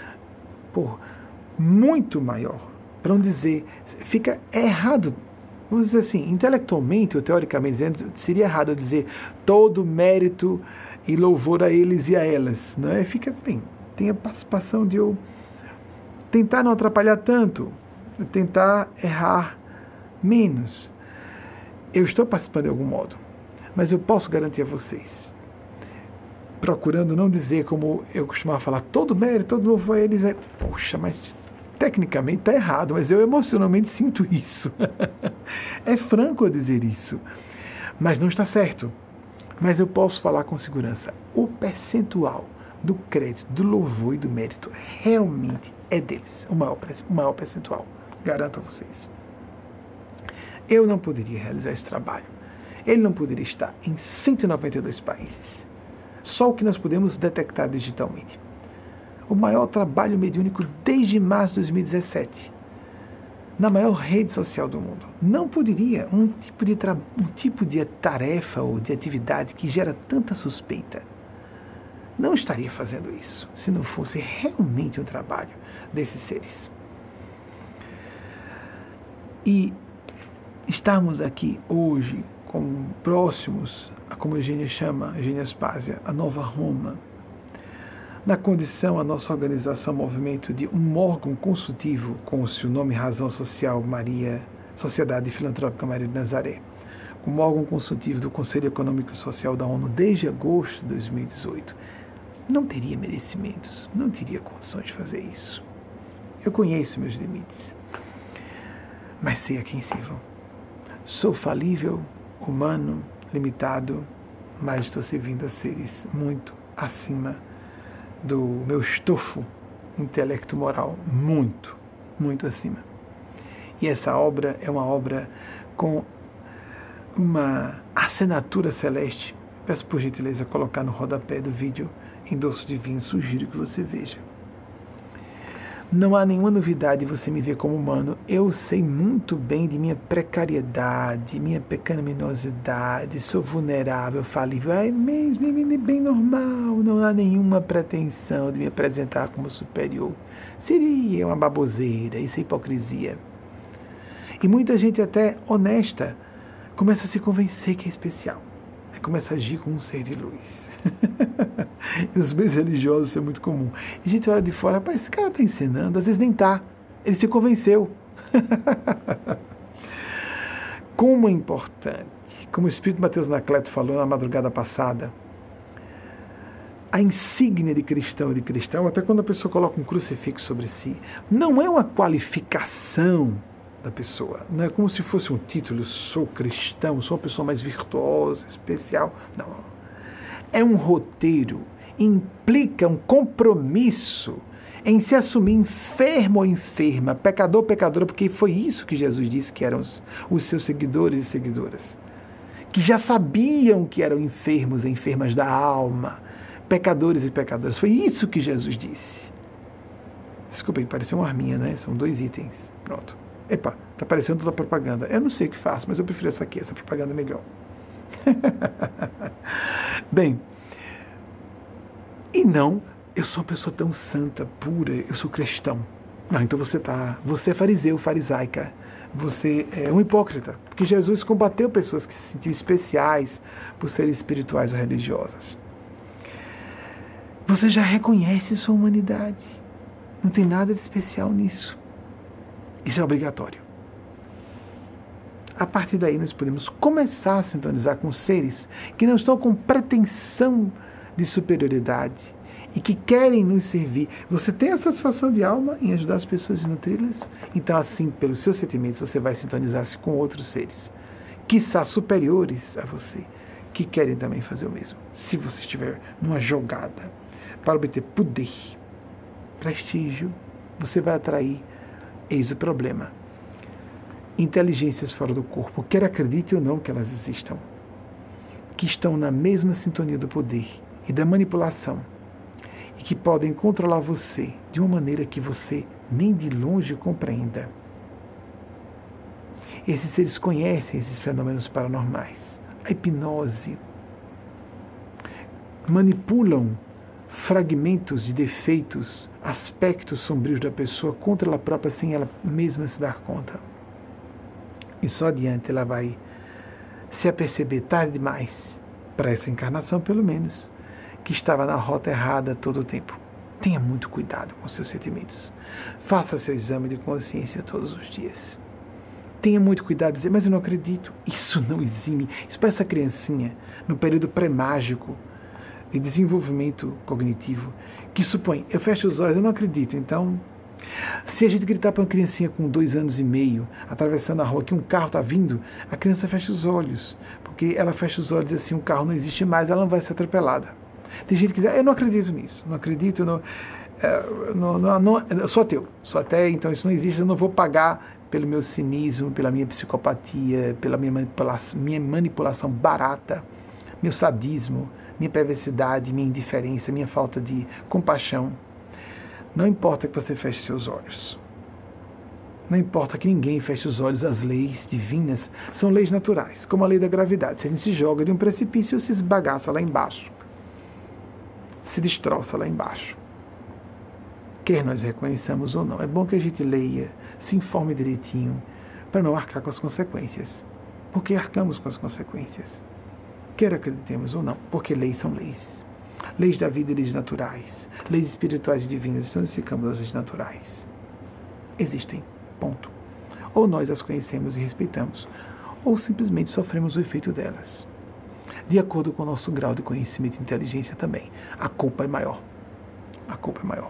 muito maior, para não dizer, fica errado, vamos dizer assim, intelectualmente ou teoricamente dizendo, seria errado eu dizer todo mérito e louvor a eles e a elas, não é? Fica bem, tem a participação de eu tentar não atrapalhar tanto, tentar errar menos. Eu estou participando de algum modo, mas eu posso garantir a vocês, procurando não dizer como eu costumava falar, todo mérito, todo louvor a eles, poxa, mas tecnicamente está errado, mas eu emocionalmente sinto isso. É franco eu dizer isso, mas não está certo. Mas eu posso falar com segurança. O percentual do crédito, do louvor e do mérito realmente é deles. O maior percentual. Garanto a vocês. Eu não poderia realizar esse trabalho. Ele não poderia estar em 192 países. Só o que nós podemos detectar digitalmente. O maior trabalho mediúnico desde março de 2017. Na maior rede social do mundo. Não poderia um tipo de tarefa ou de atividade que gera tanta suspeita. Não estaria fazendo isso se não fosse realmente um trabalho desses seres. E estarmos aqui hoje próximos a, como Eugênia chama, Eugênia Aspásia, a Nova Roma, na condição, a nossa organização, movimento de um órgão consultivo com o seu nome Razão Social Maria, Sociedade Filantrópica Maria de Nazaré, como órgão consultivo do Conselho Econômico e Social da ONU desde agosto de 2018, não teria merecimentos, não teria condições de fazer isso. Eu conheço meus limites, mas sei a quem sirvo. Sou falível, humano, limitado, mas estou servindo a seres muito acima do meu estofo intelecto-moral, muito, muito acima. E essa obra é uma obra com uma assinatura celeste. Peço por gentileza colocar no rodapé do vídeo Endosso Divino, sugiro que você veja. Não há nenhuma novidade você me ver como humano. Eu sei muito bem de minha precariedade, minha pecaminosidade, sou vulnerável, falível. É mesmo, bem normal. Não há nenhuma pretensão de me apresentar como superior. Seria uma baboseira, isso é hipocrisia. E muita gente até honesta começa a se convencer que é especial. Começa a agir como um ser de luz. Nos meios religiosos isso é muito comum. E a gente olha de fora, rapaz, esse cara está ensinando, às vezes nem está. Ele se convenceu. Como é importante, como o Espírito Mateus Anacleto falou na madrugada passada, a insígnia de cristão, até quando a pessoa coloca um crucifixo sobre si, não é uma qualificação da pessoa, não é como se fosse um título, sou cristão, sou uma pessoa mais virtuosa, especial. Não. É um roteiro, implica um compromisso em se assumir enfermo ou enferma, pecador ou pecadora, porque foi isso que Jesus disse que eram os seus seguidores e seguidoras, que já sabiam que eram enfermos e enfermas da alma, pecadores e pecadoras. Foi isso que Jesus disse. Desculpem, pareceu uma arminha, né? São 2 itens. Pronto. Epa, tá parecendo toda propaganda. Eu não sei o que faço, mas eu prefiro essa aqui, essa propaganda é melhor. Bem, e não, eu sou uma pessoa tão santa, pura, eu sou cristão. Não, então você é fariseu, farisaica, você é um hipócrita, porque Jesus combateu pessoas que se sentiam especiais por serem espirituais ou religiosas. Você já reconhece sua humanidade. Não tem nada de especial nisso. Isso é obrigatório. A partir daí nós podemos começar a sintonizar com seres que não estão com pretensão de superioridade e que querem nos servir. Você tem a satisfação de alma em ajudar as pessoas a nutri-las? Então, assim, pelos seus sentimentos, você vai sintonizar-se com outros seres, quiçá superiores a você, que querem também fazer o mesmo. Se você estiver numa jogada para obter poder, prestígio, você vai atrair, eis o problema, inteligências fora do corpo, quer acredite ou não que elas existam, que estão na mesma sintonia do poder e da manipulação, e que podem controlar você de uma maneira que você nem de longe compreenda. Esses seres conhecem esses fenômenos paranormais, a hipnose, manipulam fragmentos de defeitos, aspectos sombrios da pessoa contra ela própria sem ela mesma se dar conta. E só adiante ela vai se aperceber tarde demais, para essa encarnação pelo menos, que estava na rota errada todo o tempo. Tenha muito cuidado com seus sentimentos. Faça seu exame de consciência todos os dias. Tenha muito cuidado de dizer, mas eu não acredito. Isso não exime. Isso para essa criancinha, no período pré-mágico de desenvolvimento cognitivo, que supõe, eu fecho os olhos, eu não acredito. Então, se a gente gritar para uma criancinha com 2 anos e meio, atravessando a rua, que um carro está vindo, a criança fecha os olhos, porque ela fecha os olhos e assim, um carro não existe mais, ela não vai ser atropelada. Tem gente que diz, eu não acredito nisso, não acredito, eu sou ateu, então isso não existe, eu não vou pagar pelo meu cinismo, pela minha psicopatia, pela minha manipulação barata, meu sadismo, minha perversidade, minha indiferença, minha falta de compaixão. Não importa que você feche seus olhos. Não importa que ninguém feche os olhos, as leis divinas são leis naturais, como a lei da gravidade. Se a gente se joga de um precipício, se esbagaça lá embaixo. Se destroça lá embaixo. Quer nós reconheçamos ou não. É bom que a gente leia, se informe direitinho, para não arcar com as consequências. Porque arcamos com as consequências. Quer acreditemos ou não, porque leis são leis. Leis da vida e leis naturais. Leis espirituais e divinas, então nós ficamos as leis naturais. Existem, ponto. Ou nós as conhecemos e respeitamos, ou simplesmente sofremos o efeito delas. De acordo com o nosso grau de conhecimento e inteligência também. A culpa é maior. A culpa é maior.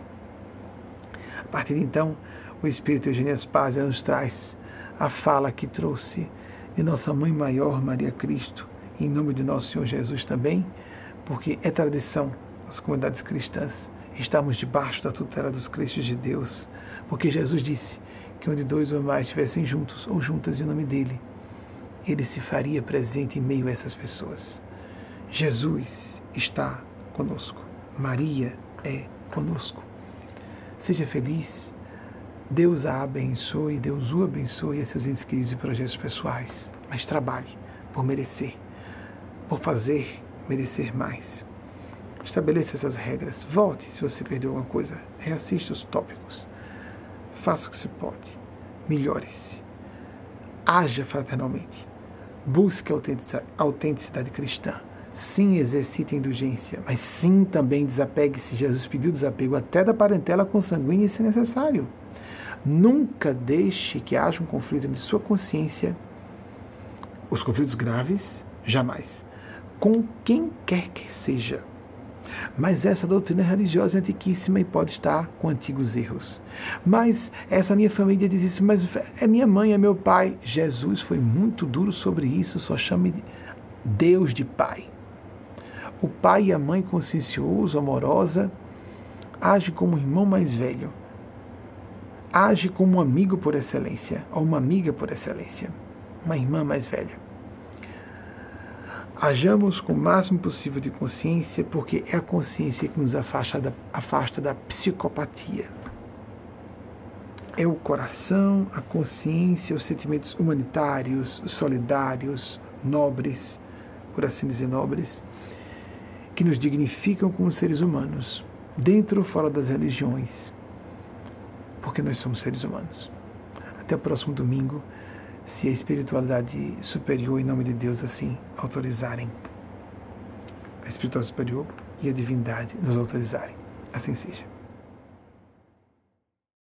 A partir de então, o Espírito Eugênia Spazia nos traz a fala que trouxe de nossa Mãe Maior, Maria Cristo, em nome de nosso Senhor Jesus também, porque é tradição das comunidades cristãs estarmos debaixo da tutela dos Cristos de Deus, porque Jesus disse que onde 2 ou mais estivessem juntos ou juntas em nome dele, ele se faria presente em meio a essas pessoas. Jesus está conosco. Maria é conosco. Seja feliz. Deus a abençoe, Deus o abençoe a seus entes queridos e projetos pessoais. Mas trabalhe por merecer, por fazer merecer mais. Estabeleça essas regras. Volte se você perdeu alguma coisa. Reassista os tópicos. Faça o que se pode. Melhore-se. Haja fraternalmente. Busque a autenticidade cristã. Sim, exercite a indulgência, mas sim, também desapegue-se. Jesus pediu desapego até da parentela consanguínea, se necessário. Nunca deixe que haja um conflito de sua consciência, os conflitos graves, jamais, com quem quer que seja. Mas essa doutrina religiosa é antiquíssima e pode estar com antigos erros. Mas essa minha família diz isso, mas é minha mãe, é meu pai. Jesus foi muito duro sobre isso, só chame Deus de pai. O pai e a mãe consciencioso, amorosa, age como um irmão mais velho. Age como um amigo por excelência, ou uma amiga por excelência, uma irmã mais velha. Hajamos com o máximo possível de consciência, porque é a consciência que nos afasta da psicopatia. É o coração, a consciência, os sentimentos humanitários, solidários, nobres, por assim dizer, nobres, que nos dignificam como seres humanos, dentro ou fora das religiões, porque nós somos seres humanos. Até o próximo domingo, se a espiritualidade superior, em nome de Deus, assim autorizarem, a espiritualidade superior e a divindade nos autorizarem. Assim seja.